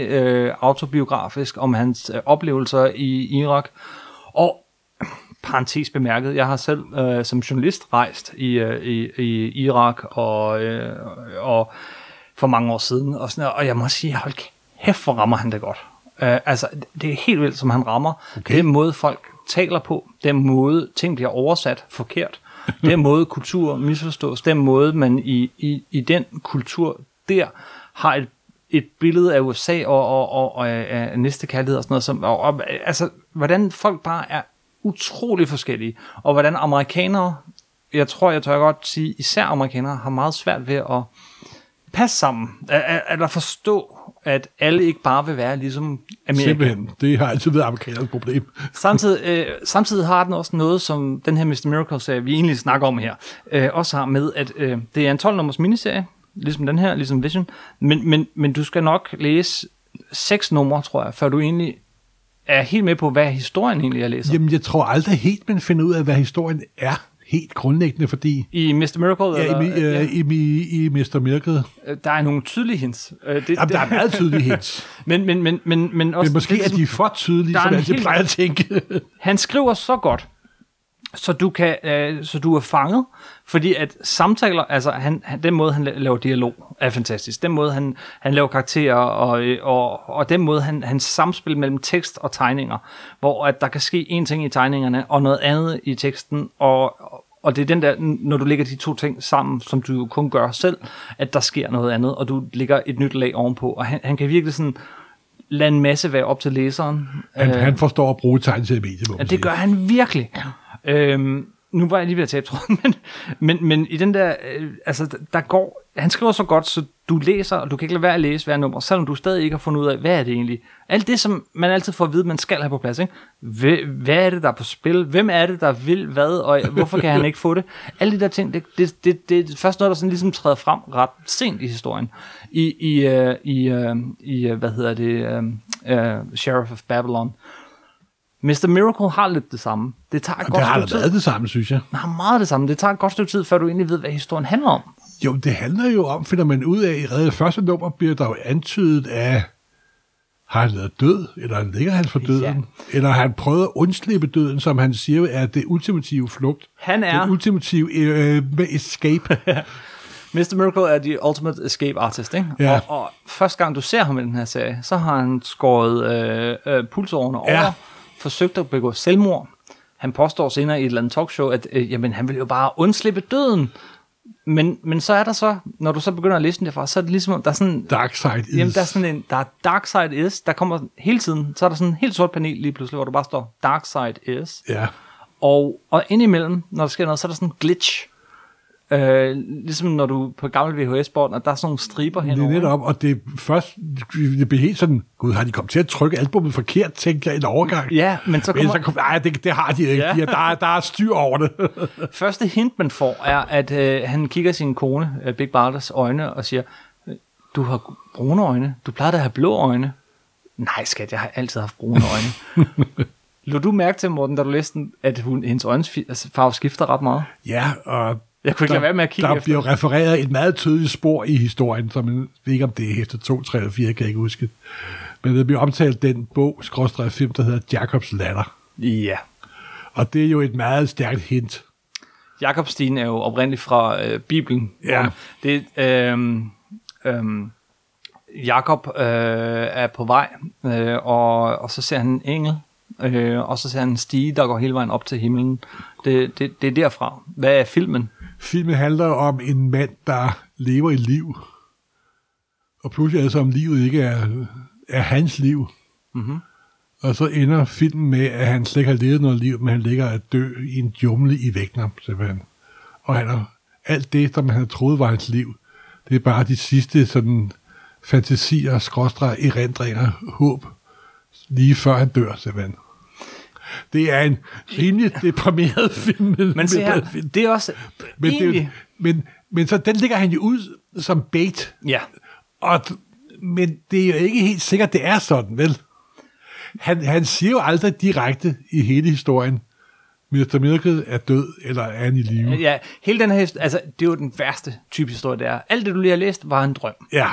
semi-autobiografisk uh, om hans uh, oplevelser i Irak. Og parentes bemærket, jeg har selv uh, som journalist rejst i, uh, i, i Irak og, uh, og for mange år siden. Og, sådan, og jeg må sige, hold kæft, hvor rammer han det godt. Uh, altså, det er helt vildt, som han rammer. Okay. Den måde folk taler på, den måde ting bliver oversat forkert, den måde kultur misforstås, den måde man i, i, i den kultur der har et, et billede af U S A og, og, og, og af næstekærlighed og sådan noget, som, og, og, altså hvordan folk bare er utrolig forskellige, og hvordan amerikanere, jeg tror, jeg tør godt sige, især amerikanere har meget svært ved at passe sammen, eller forstå, at alle ikke bare vil være ligesom Amerika. Simpelthen. Det har altid været amerikanernes problem. Samtidig, øh, samtidig har den også noget, som den her mister Miracle-serie, vi egentlig snakker om her, øh, også har med, at øh, det er en tolv-nummers miniserie, ligesom den her, ligesom Vision, men, men, men du skal nok læse seks numre, tror jeg, før du egentlig er helt med på, hvad historien egentlig er læser. Jamen, jeg tror aldrig helt, man finder ud af, hvad historien er. Helt grundlæggende, fordi... I mister Miracle? Ja, eller, i, øh, ja. i, i, i mister Miracle. Der er nogle tydelige hints. Det, Jamen, det, der er meget tydelige hints. men, men, men, men, men, også, men måske det, er de for tydelige, som jeg altid plejer at tænke. Han skriver så godt, så du, kan, øh, så du er fanget, fordi at samtaler, altså han, han, den måde, han laver dialog, er fantastisk. Den måde, han, han laver karakterer, og, og, og den måde, han, han samspil mellem tekst og tegninger, hvor at der kan ske en ting i tegningerne, og noget andet i teksten, og, og det er den der, når du lægger de to ting sammen, som du kun gør selv, at der sker noget andet, og du lægger et nyt lag ovenpå, og han, han kan virkelig sådan lade en masse være op til læseren. Han, øh, han forstår at bruge tegneserier i medier. Ja, det gør han virkelig. Øhm, nu var jeg lige ved at tabe tråden, men, men, men i den der, øh, altså der går, han skriver så godt, så du læser, og du kan ikke lade være at læse hver nummer, selvom du stadig ikke har fundet ud af, hvad er det egentlig? Alt det, som man altid får at vide, man skal have på plads, ikke? Hvad, hvad er det, der er på spil? Hvem er det, der vil hvad, og hvorfor kan han ikke få det? Alle de der ting, det, det, det, det er først noget, der sådan ligesom træder frem ret sent i historien. I, i, uh, i, uh, i uh, hvad hedder det, uh, uh, Sheriff of Babylon. mister Miracle har lidt det samme. Det tager et og godt det har stykke tid. været det samme, synes jeg. Det har meget det samme. Det tager et godt stykke tid, før du egentlig ved, hvad historien handler om. Jo, det handler jo om, finder man ud af, i redde første nummer bliver der jo antydet af, har han været død, eller ligger han for døden, ja. Eller har han prøvet at undslippe døden, som han siger er det ultimative flugt. Han er... Det ultimative øh, escape. mister Miracle er the ultimate escape artist, ikke? Ja. Og, og første gang du ser ham i den her serie, så har han skåret øh, øh, pulsårene over, ja. Forsøgt at begå selvmord. Han påstår senere i et eller andet talkshow, at øh, jamen, han vil jo bare undslippe døden. Men, men så er der så, når du så begynder at læse den derfra, så er det ligesom, der er sådan... Dark side is. Jamen, der er sådan en, der er dark side is, der kommer hele tiden, så er der sådan en helt sort panel lige pludselig, hvor der bare står dark side is. Ja. Og, og indimellem, når der sker noget, så er der sådan en glitch. Øh, ligesom når du på gammel V H S-bord, og der er sådan nogle striber henover. Det er netop, og det er først, det bliver helt sådan, gud, har de kommet til at trykke albumet forkert, tænker jeg, en overgang. Ja, men så kommer... Men så, nej, det, det har de ikke. Ja. De er, der, er, der er styr over det. Første hint, man får, er, at øh, han kigger sin kone, øh, Big Bardas øjne, og siger, du har brune øjne. Du plejede at have blå øjne. Nej, skat, jeg har altid haft brune øjne. Lå du mærke til, Morten, da du læste den, at hun, hendes øjensfarve skifter ret meget? Ja, og jeg kunne ikke der, lade være med at kigge der efter. bliver refereret et meget tydeligt spor i historien, som jeg ved ikke, om det er efter to, tre eller fire, kan jeg ikke huske. Men der bliver omtalt den bog, skråstreg film, der hedder Jacobs Ladder. Ja. Og det er jo et meget stærkt hint. Jakobstien er jo oprindeligt fra øh, Bibelen. Ja. Det øh, øh, Jakob øh, er på vej, øh, og, og så ser han en engel, øh, og så ser han en stige, der går hele vejen op til himlen. Det, det, det er derfra. Hvad er filmen? Filmen handler om en mand, der lever et liv, og pludselig er det så, om livet ikke er, er hans liv. Mm-hmm. Og så ender filmen med, at han slet ikke har levet noget liv, men han ligger at dø i en jungle i Vietnam, simpelthen. Og han har alt det, som han havde troet var hans liv, det er bare de sidste sådan fantasier, skråstreg, erindringer, håb, lige før han dør, simpelthen. Det er en rimelig deprimeret film. Men se her, det er også men, egentlig... det, men, men så den ligger han jo ud som bait. Ja. Og, men det er jo ikke helt sikkert, det er sådan, vel? Han, han siger jo aldrig direkte i hele historien, mister Miracle er død, eller er han i live? Ja, hele den her, altså, det er jo den værste type historie, det er. Alt det, du lige har læst, var en drøm. Ja.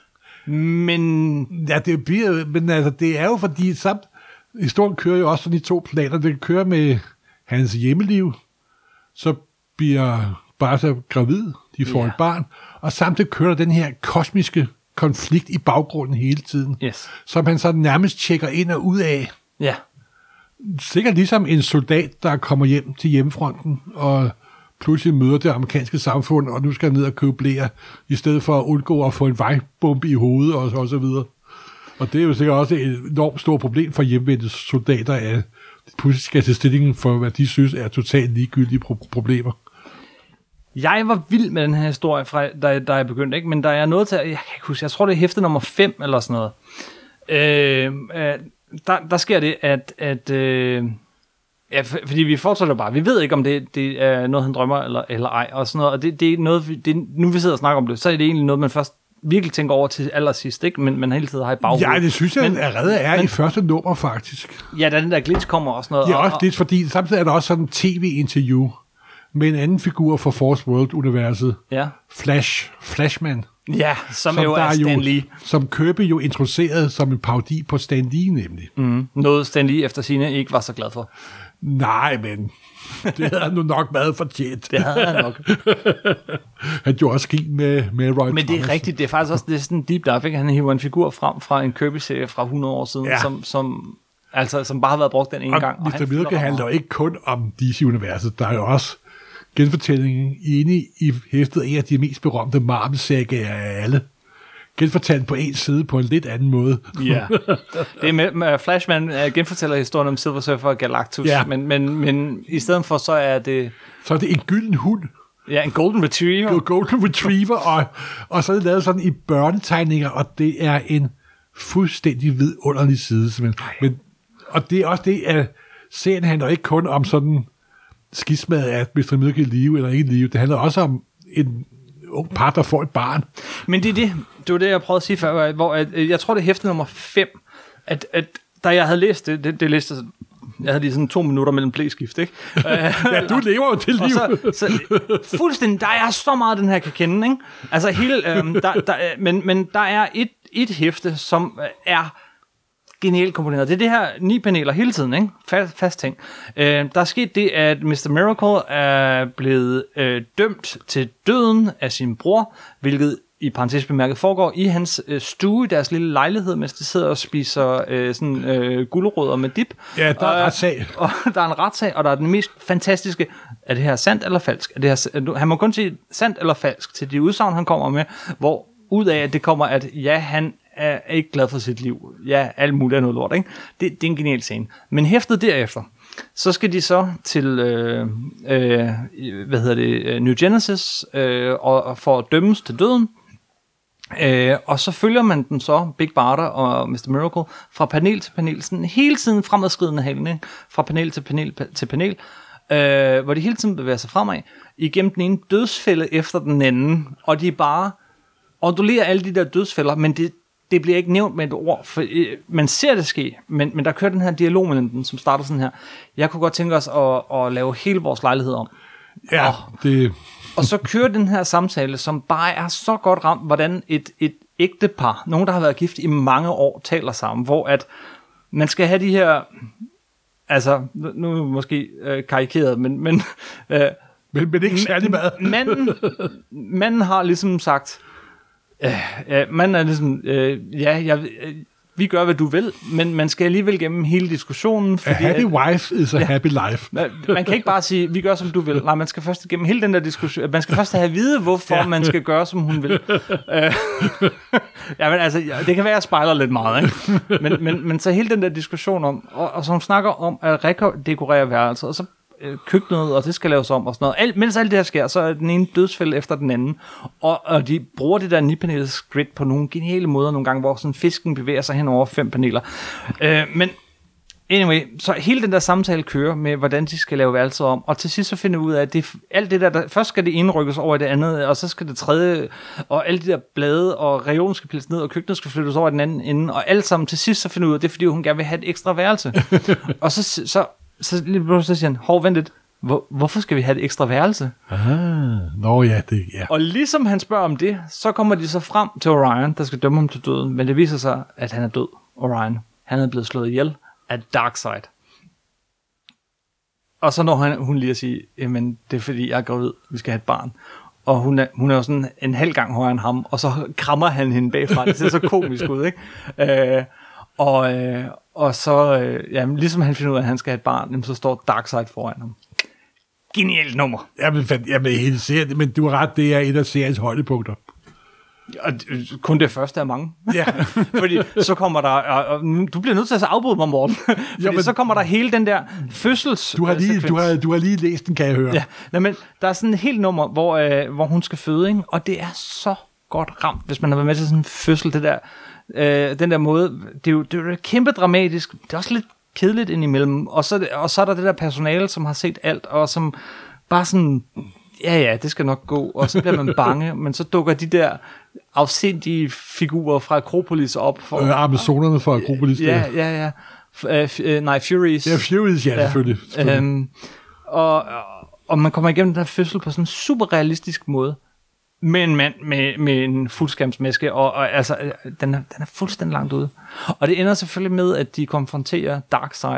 Men... Ja, det bliver, men altså, det er jo fordi, samt, historien kører jo også på de to planer. Det kører med hans hjemmeliv, så bliver Barta gravid, de får yeah. et barn, og samtidig kører den her kosmiske konflikt i baggrunden hele tiden, yes. som han så nærmest tjekker ind og ud af. Ja. Yeah. Sikkert ligesom en soldat, der kommer hjem til hjemmefronten, og pludselig møder det amerikanske samfund, og nu skal han ned og købe blære, i stedet for at undgå at få en vejbombe i hovedet, og så, og så videre. Og det er jo sikkert også et enormt stort problem for hjemvendte soldater, at pludselig skal til stillingen for, hvad de synes er totalt ligegyldige pro- problemer. Jeg var vild med den her historie, fra, da, da jeg begyndte, ikke? Men der er noget til, jeg kan ikke huske, jeg tror det er hæfte nummer fem eller sådan noget. Øh, øh, der, der sker det, at, at øh, ja, for, fordi vi fortsætter bare, vi ved ikke, om det, det er noget, han drømmer eller, eller ej, og sådan noget, og det, det er noget, det, nu vi sidder og snakker om det, så er det egentlig noget, man først virkelig tænker over til allersidst, ikke? Men man hele tiden har i baghovedet. Ja, det synes jeg men, allerede er men, i første nummer, faktisk. Ja, da den der glitch kommer og sådan noget. Ja, også glitch, fordi samtidig er der også sådan en tv-interview med en anden figur fra Force World-universet. Ja. Flash, Flashman. Ja, som, som jo er Stan Lee. Som Kirby jo introducerede som en parodi på Stan Lee, nemlig. Mm, noget Stan Lee efter sine ikke var så glad for. Nej, men det havde han nu nok meget fortjent. Det havde han nok. Han gjorde også grin med, med Roy Men det er Thomas. rigtigt, det er faktisk også det er sådan en deep dive, ikke? Han hiver en figur frem fra en Kirby-serie fra hundrede år siden, ja. som, som, altså, som bare har været brugt den ene og gang. Og mister Miracle handler jo ikke kun om D C-universet, der er jo også genfortællingen inde i hæftet af en af de mest berømte Marvel-sagaer af alle. Genfortalt på en side på en lidt anden måde. Ja, det er med, med Flashman uh, genfortæller historien om Silver Surfer og Galactus, ja. men, men, men i stedet for så er det... Så er det en gylden hund. Ja, en golden retriever. En golden retriever, og, og så er det lavet sådan i børnetegninger, og det er en fuldstændig vidunderlig side. Men, og det er også det, at serien handler ikke kun om sådan skismad af mister Miracle i live eller ikke i live. Det handler også om en ung par, der får et barn. Men det er det, det var det, jeg prøvede at sige før, hvor at, jeg tror, det er hæfte nummer fem, at, at da jeg havde læst det, det, det læste jeg havde lige sådan to minutter mellem blæskift, ikke? Ja, du lever jo til liv. Så, så, fuldstændig, der er så meget, den her kan kende, ikke? Altså hele, øhm, der, der, men, men der er et, et hæfte, som er genialt komponeret. Det er det her ni paneler hele tiden, ikke? Fast, fast ting. Øh, der er sket det, at mister Miracle er blevet øh, dømt til døden af sin bror, hvilket i parentes bemærket foregår i hans øh, stue i deres lille lejlighed, mens de sidder og spiser øh, sådan øh, gulerødder med dip. Ja, der er en retssag. Og, og der er en retssag, og der er den mest fantastiske, er det her sandt eller falsk? Er det her, han må kun sige sandt eller falsk til de udsagn, han kommer med, hvor ud af, at det kommer, at ja, han er ikke glad for sit liv. Ja, alt muligt er noget lort, ikke? Det, det er en genial scene. Men hæftet derefter, så skal de så til, øh, øh, hvad hedder det, New Genesis, øh, og, og for at dømmes til døden. Øh, og så følger man den så, Big Barda og mister Miracle, fra panel til panel, sådan hele tiden fremadskridende handling, fra panel til panel til panel, øh, hvor de hele tiden bevæger sig fremad, igennem den ene dødsfælde efter den anden, og de bare ondulerer alle de der dødsfælder, men det, det bliver ikke nævnt med et ord, for øh, man ser det ske, men, men der kører den her dialog mellem dem, som starter sådan her. Jeg kunne godt tænke os at, at lave hele vores lejlighed om. Ja, og, det... og så kører den her samtale, som bare er så godt ramt, hvordan et, et ægte par, nogen der har været gift i mange år, taler sammen, hvor at man skal have de her, altså, nu er det måske øh, karikeret, men... men øh, Men, men ikke særlig meget. Manden, manden har ligesom sagt, øh, øh, manden er ligesom, øh, ja, jeg, øh, vi gør, hvad du vil, men man skal alligevel gennem hele diskussionen. Fordi, a happy at, wife is a ja, happy life. Man, man kan ikke bare sige, vi gør, som du vil. Nej, man skal først gennem hele den der diskussion. Man skal først have at vide, hvorfor ja. man skal gøre, som hun vil. øh, ja, men altså, det kan være, at jeg spejler lidt meget, ikke? Men, men, men så hele den der diskussion om, og, og som snakker om at redekorere værelser, og så køkkenet, og det skal laves om og sådan noget. Alt, mens alt det her sker, så er den ene dødsfælde efter den anden. Og, og de bruger det der ni-panels grid på nogle geniale måder nogle gange, hvor sådan fisken bevæger sig hen over fem paneler. Øh, men Anyway, så hele den der samtale kører med, hvordan de skal lave værelset om, og til sidst så finder vi ud af, at det, alt det der, der, først skal det indrykkes over i det andet, og så skal det tredje, og alle de der blade, og regionen skal pilles ned, og køkkenet skal flyttes over i den anden ende, og alt sammen til sidst så finder vi ud af, at det er, fordi hun gerne vil have et ekstra værelse. Og så, så, så, så lige pludselig siger han, hov, vent lidt, Hvor, hvorfor skal vi have et ekstra værelse? Ah, nå ja, det ja. Og ligesom han spørger om det, så kommer de så frem til Orion, der skal dømme ham til døden, men det viser sig, at han er død, Orion. Han er blevet slået ihjel af Darkseid. Og så når han, hun lige at sige, jamen det er fordi jeg er gravid, vi skal have et barn. Og hun er, hun er jo sådan en halv gang højere end ham, og så krammer han hende bagfra. Det ser så komisk ud, ikke? Øh, og, øh, og så, øh, jamen, ligesom han finder ud af, at han skal have et barn, jamen, så står Darkseid foran ham. Genialt nummer. Jamen, jamen hele serien, men du har ret, det er et af seriens højdepunkter. Og kun det første af mange. Ja. Fordi så kommer der, og, og, du bliver nødt til at afbryde mig, Morten. Fordi jo, men, så kommer der hele den der fødsels. Du har lige, du har, du har lige læst den, kan jeg høre. Ja. Nej, men der er sådan et helt nummer, hvor, øh, hvor hun skal føde, ikke? Og det er så godt ramt, hvis man har været med til sådan en fødsel, det der, øh, den der måde. Det er, jo, det er jo kæmpe dramatisk. Det er også lidt kedeligt indimellem. Og så, og så er der det der personale, som har set alt, og som bare sådan, ja ja, det skal nok gå. Og så bliver man bange, men så dukker de der afsindige figurer fra Akropolis op. For, øh, Amazonerne fra Akropolis. Ja, ja, ja. F- uh, nej, Furies. Ja, Furies, ja, ja. selvfølgelig. selvfølgelig. Øhm, og, og man kommer igennem den her fødsel på sådan en super realistisk måde. Med en mand med, med en fuldskærmsmaske, og, og altså, den er, den er fuldstændig langt ude. Og det ender selvfølgelig med, at de konfronterer Darkseid.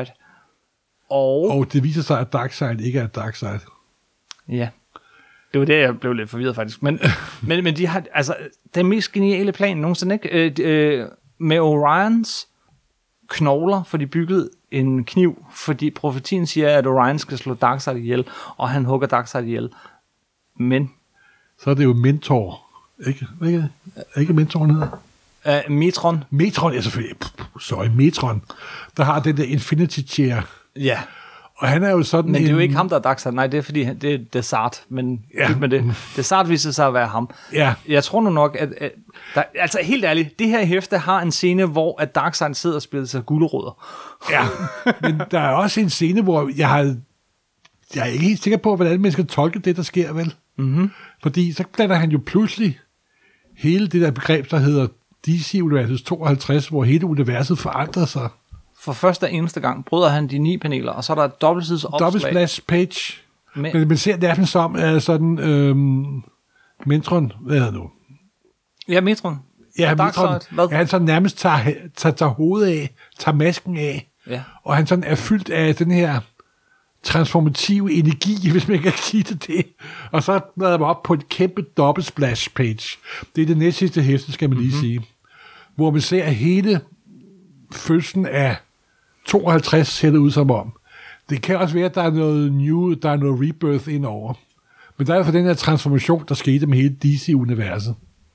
Og, og det viser sig, at Darkseid ikke er Darkseid. Ja. Det var det, jeg blev lidt forvirret faktisk. Men, men, men de har, altså, den mest geniale plan nogensinde, ikke? Øh, øh, med Orions knogler, for de bygget en kniv, fordi profetien siger, at Orion skal slå Darkseid ihjel, og han hugger Darkseid ihjel. Men så er det jo Mentor. Ikke, ikke, ikke Mentoren hedder? Uh, Metron. Metron, ja selvfølgelig. Sorry, Metron. Der har den der Infinity Chair. Ja. Og han er jo sådan Men det er jo en... ikke ham, der er Darkseid. Nej, det er fordi, det er Desart. Men ja. med det. Desart viser sig at være ham. Ja. Jeg tror nu nok, at... at der, altså helt ærligt, det her hæfte har en scene, hvor at Darkseid sidder og spiller sig gulerødder. Ja, men der er også en scene, hvor jeg har... Jeg er ikke helt sikker på, hvordan man skal tolke det, der sker, vel? Mm-hmm. Fordi så blander han jo pludselig hele det der begreb, der hedder D C-universet tooghalvtreds, hvor hele universet forandrer sig. For første og eneste gang bryder han de ni paneler, og så er der et dobbeltsides opslag. Double splash page. Men, men man ser nærmest som uh, sådan øhm, Metron, hvad hedder nu? Ja, Metron. Ja, Metron. Ja, han så nærmest tager, tager, tager hovedet af, tager masken af, ja. Og han sådan er fyldt af den her transformative energi, hvis man kan sige det det. Og så lader jeg mig op på et kæmpe double splash page. Det er det næst sidste hæfte, skal man lige mm-hmm. sige. Hvor man ser hele fødslen af tooghalvtreds sættet ud som om. Det kan også være, at der er noget new, der er noget rebirth indover. Men der er for den her transformation, der skete med hele D C-universet.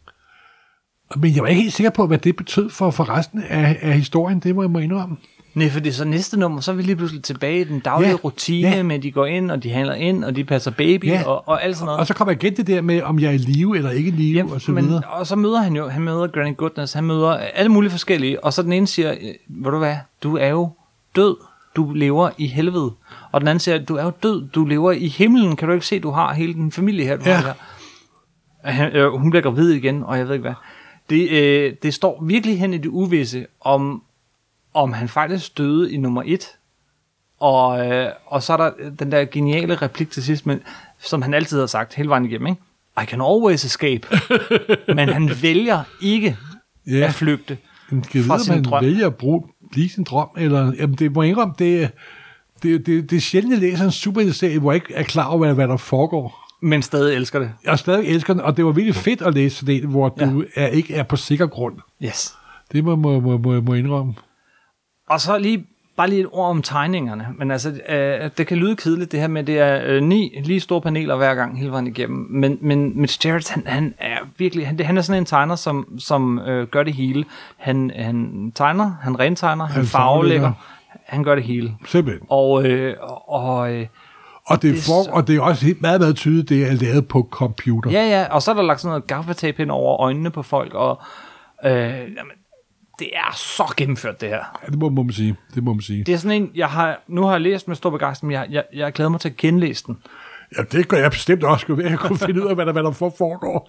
Men jeg var ikke helt sikker på, hvad det betød for, for resten af, af historien. Det må jeg må indrømme. Nej, fordi så næste nummer, så er vi lige pludselig tilbage i den daglige ja, rutine, ja. Med at de går ind, og de handler ind, og de passer baby, ja. og, og alt sådan noget. Og så kommer igen det der med, om jeg er i live eller ikke i live, ja, og så men, videre. Og så møder han jo, han møder Granny Goodness, han møder alle mulige forskellige, og så den ene siger, ved du hvad, du er jo død, du lever i helvede. Og den anden siger, du er jo død, du lever i himlen, kan du ikke se, du har hele din familie her, du ja. har her. Han, øh, hun bliver gravid igen, og jeg ved ikke hvad. Det, øh, det står virkelig hen i det uvisse, om om han faktisk døde i nummer et, og, øh, og så er der den der geniale replik til sidst, men, som han altid har sagt hele vejen igennem, ikke? I can always escape, men han vælger ikke yeah. at flygte fra fra sin man drøm. vælger at bruge lige sin drøm, eller, jamen det må jeg indrømme, det, det, det, det er sjældent, jeg læser en superhelteserie, hvor jeg ikke er klar over, hvad der foregår. Men stadig elsker det. Jeg stadig elsker den, og det var virkelig fedt at læse det, hvor ja. du er, ikke er på sikker grund. Yes. Det må jeg må, må, må indrømme. Og så lige, bare lige et ord om tegningerne. Men altså, øh, det kan lyde kedeligt, det her med, det er øh, ni lige store paneler hver gang, hele vejen igennem. Men, men Mitch Gerads, han, han er virkelig, han, han er sådan en tegner, som, som øh, gør det hele. Han, han tegner, han rentegner, han, han farvelægger, han gør det hele. Simpelthen. Og, øh, og, øh, og, det er for, og det er også helt meget, meget tydeligt, det er lavet på computer. Ja, ja, og så er der lagt sådan noget gaffatape ind over øjnene på folk, og øh, jamen, det er så gennemført, det her. Ja, det må, må man sige. Det må man sige. Det er sådan en, jeg har, nu har jeg læst med stor begejstring, men jeg, jeg, jeg glæder mig til at genlæse den. Ja, det gør jeg bestemt også. Jeg kunne finde ud af, hvad der, hvad der foregår.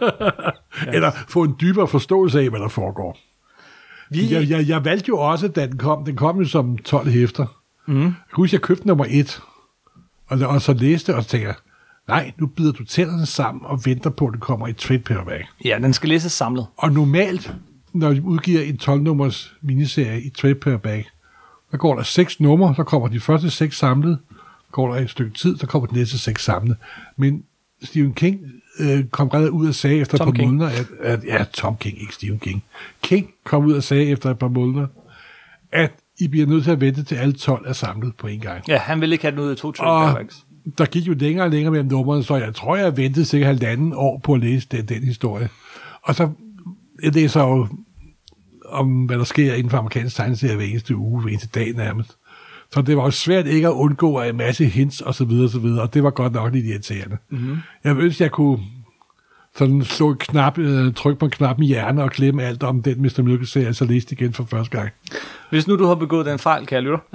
Ja. Eller få en dybere forståelse af, hvad der foregår. Vi... Jeg, jeg, jeg valgte jo også, da den kom. Den kom jo som tolv hæfter. Mm. Jeg husker, jeg købte nummer et. Og, og så læste og så tænkte jeg, nej, nu bider du tænderne sammen og venter på, at det kommer i trade paperback. Ja, den skal læses samlet. Og normalt, når de udgiver en tolv-nummers miniserie i trade paperback, der går der seks numre, så kommer de første seks samlet, går der et stykke tid, så kommer de næste seks samlet. Men Stephen King øh, kom reddet ud og sagde efter Tom et par King. måneder, at, at, ja, Tom King, ikke Stephen King. King kom ud og sagde efter et par måneder, at I bliver nødt til at vente til alle tolv er samlet på en gang. Ja, han ville ikke have den ud i to trade paperbacks. Der gik jo længere og længere mellem numrene, så jeg tror, jeg ventede sikkert halvanden år på at læse den, den historie. Og så jeg læser jo om, hvad der sker inden for amerikansk tegneserie hver eneste uge, hver eneste dag nærmest. Så det var jo svært ikke at undgå en masse hints og så videre og så videre, og det var godt nok lidt irriterende. Mm-hmm. Jeg ønsker, jeg kunne sådan slå et knap, øh, trykke på en knap i hjernen og glemme alt om den mister Miracle-serie, så læste igen for første gang. Hvis nu du har begået den fejl, kære lytter,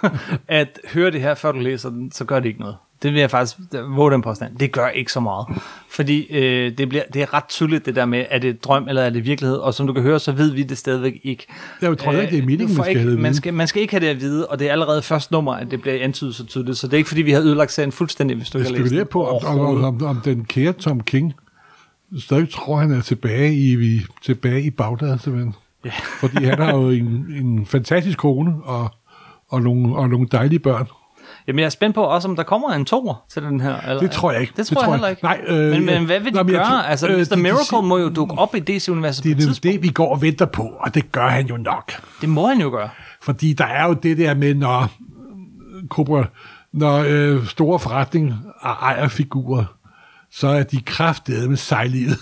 at høre det her, før du læser den, så gør det ikke noget. Det vil jeg faktisk våge den påstand. Det gør ikke så meget. Fordi øh, det, bliver, det er ret tydeligt det der med, er det drøm eller er det virkelighed? Og som du kan høre, så ved vi det stadigvæk ikke. Jeg tror ikke, det er meningen, man skal have det man skal, man skal ikke have det at vide, og det er allerede første nummer, at det bliver antydet så tydeligt. Så det er ikke fordi, vi har ødelagt serien fuldstændig, hvis du ikke har læst den. På, om, om, om, om den kære Tom King stadig tror, han er tilbage i, tilbage i Bagdad, simpelthen. Yeah. Fordi han har jo en, en fantastisk kone og, og, nogle, og nogle dejlige børn. Jamen, jeg er spændt på også, om der kommer en toer til den her. Eller? Det tror jeg ikke. Det tror, det tror jeg heller ikke. Nej, øh, men, men hvad vil de gøre? Tror, altså, øh, mister Miracle de, må jo dukke op i D C-universet på et tidspunkt. Det er det, vi går og venter på, og det gør han jo nok. Det må han jo gøre. Fordi der er jo det der med, når, Cobra, når øh, store forretninger ejer figurer, så er de kraftedeme med sejlivet.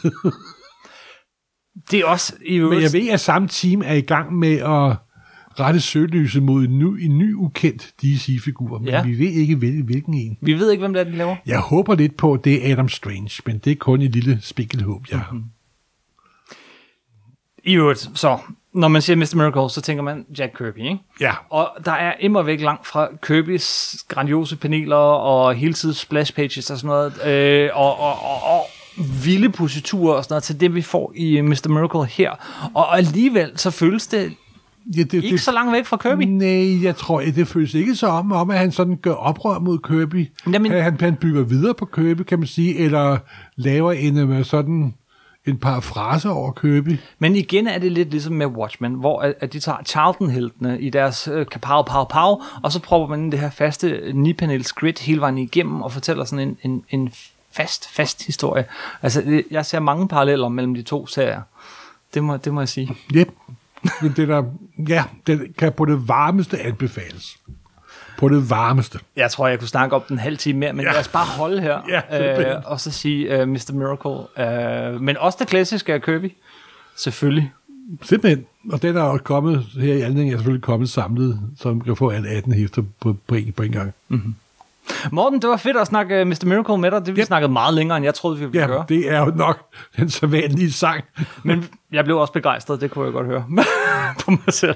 Det er også... I Men jeg ved, at samme team er i gang med at rette søgelyset mod en ny, en ny ukendt D C-figur, men ja. Vi ved ikke, hvilken en. Vi ved ikke, hvem det er, de laver. Jeg håber lidt på, at det er Adam Strange, men det er kun et lille spinkelhåb, jeg har. Mm-hmm. I øvrigt, så når man siger mister Miracle, så tænker man Jack Kirby, ikke? Ja. Og der er immervæk langt fra Kirbys grandiose paneler og hele tiden splash pages og sådan noget, øh, og, og, og, og vilde positurer og sådan noget, til det, vi får i mister Miracle her. Og alligevel, så føles det Ja, det, ikke det, så langt væk fra Kirby. Nej, jeg tror, det føles ikke så om, om at han sådan gør oprør mod Kirby. Jamen, han, han bygger videre på Kirby, kan man sige, eller laver en sådan en parafrase over Kirby. Men igen er det lidt ligesom med Watchmen, hvor at de tager Charlton-heltene i deres uh, kapow, pow, pow, og så prøver man det her faste ni-panel script hele vejen igennem og fortæller sådan en, en, en fast, fast historie. Altså, jeg ser mange paralleller mellem de to serier. Det må, det må jeg sige. Yep. Men det der, ja, det kan på det varmeste anbefales. På det varmeste. Jeg tror, jeg kunne snakke om den en halv time mere, men ja. Lad os bare holde her, ja, øh, og så sige uh, mister Miracle. Uh, men også det klassiske af Kirby, selvfølgelig. Simpelthen. Og den er jo kommet, her i anledning er selvfølgelig kommet samlet, så man kan få alle atten hæfter på, på, en, på en gang. Mm-hmm. Morten, det var fedt at snakke mister Miracle med dig. Det vi yep. snakkede meget længere, end jeg troede, vi ville ja, gøre. Det er jo nok den så vanlige sang. Men jeg blev også begejstret, det kunne jeg godt høre på mig selv.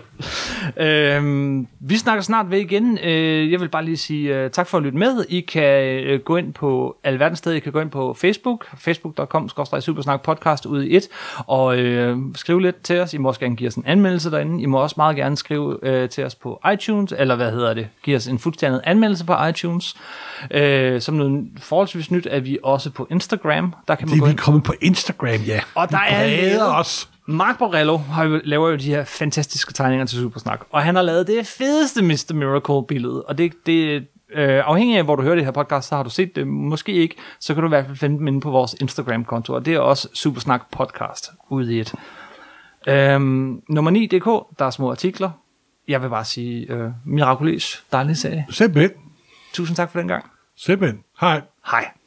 Øhm, vi snakker snart ved igen. Øh, jeg vil bare lige sige uh, tak for at lytte med. I kan uh, gå ind på alverdens steder. I kan gå ind på Facebook, facebook punktum com skråstreg supersnak podcast ude i et, og øh, skrive lidt til os. I må også gerne give os en anmeldelse derinde. I må også meget gerne skrive øh, til os på iTunes, eller hvad hedder det? Give os en fuldstændig anmeldelse på iTunes. Øh, som noget forholdsvis nyt er vi også på Instagram. Der kan man det er gå vi kommet på Instagram, ja. Og der er lavet os. Mark Borrello har, laver jo de her fantastiske tegninger til Supersnak, og han har lavet det fedeste mister Miracle-billede, og det, det øh, afhængig af, hvor du hører det her podcast, så har du set det, måske ikke, så kan du i hvert fald finde dem inde på vores Instagram-konto, og det er også Supersnak Podcast ude i et. Øhm, nummer ni punktum d k, der er små artikler. Jeg vil bare sige, øh, mirakuløs, dejlig serie. Simpelthen. Tusind tak for den gang. Simpelthen. Hej. Hej.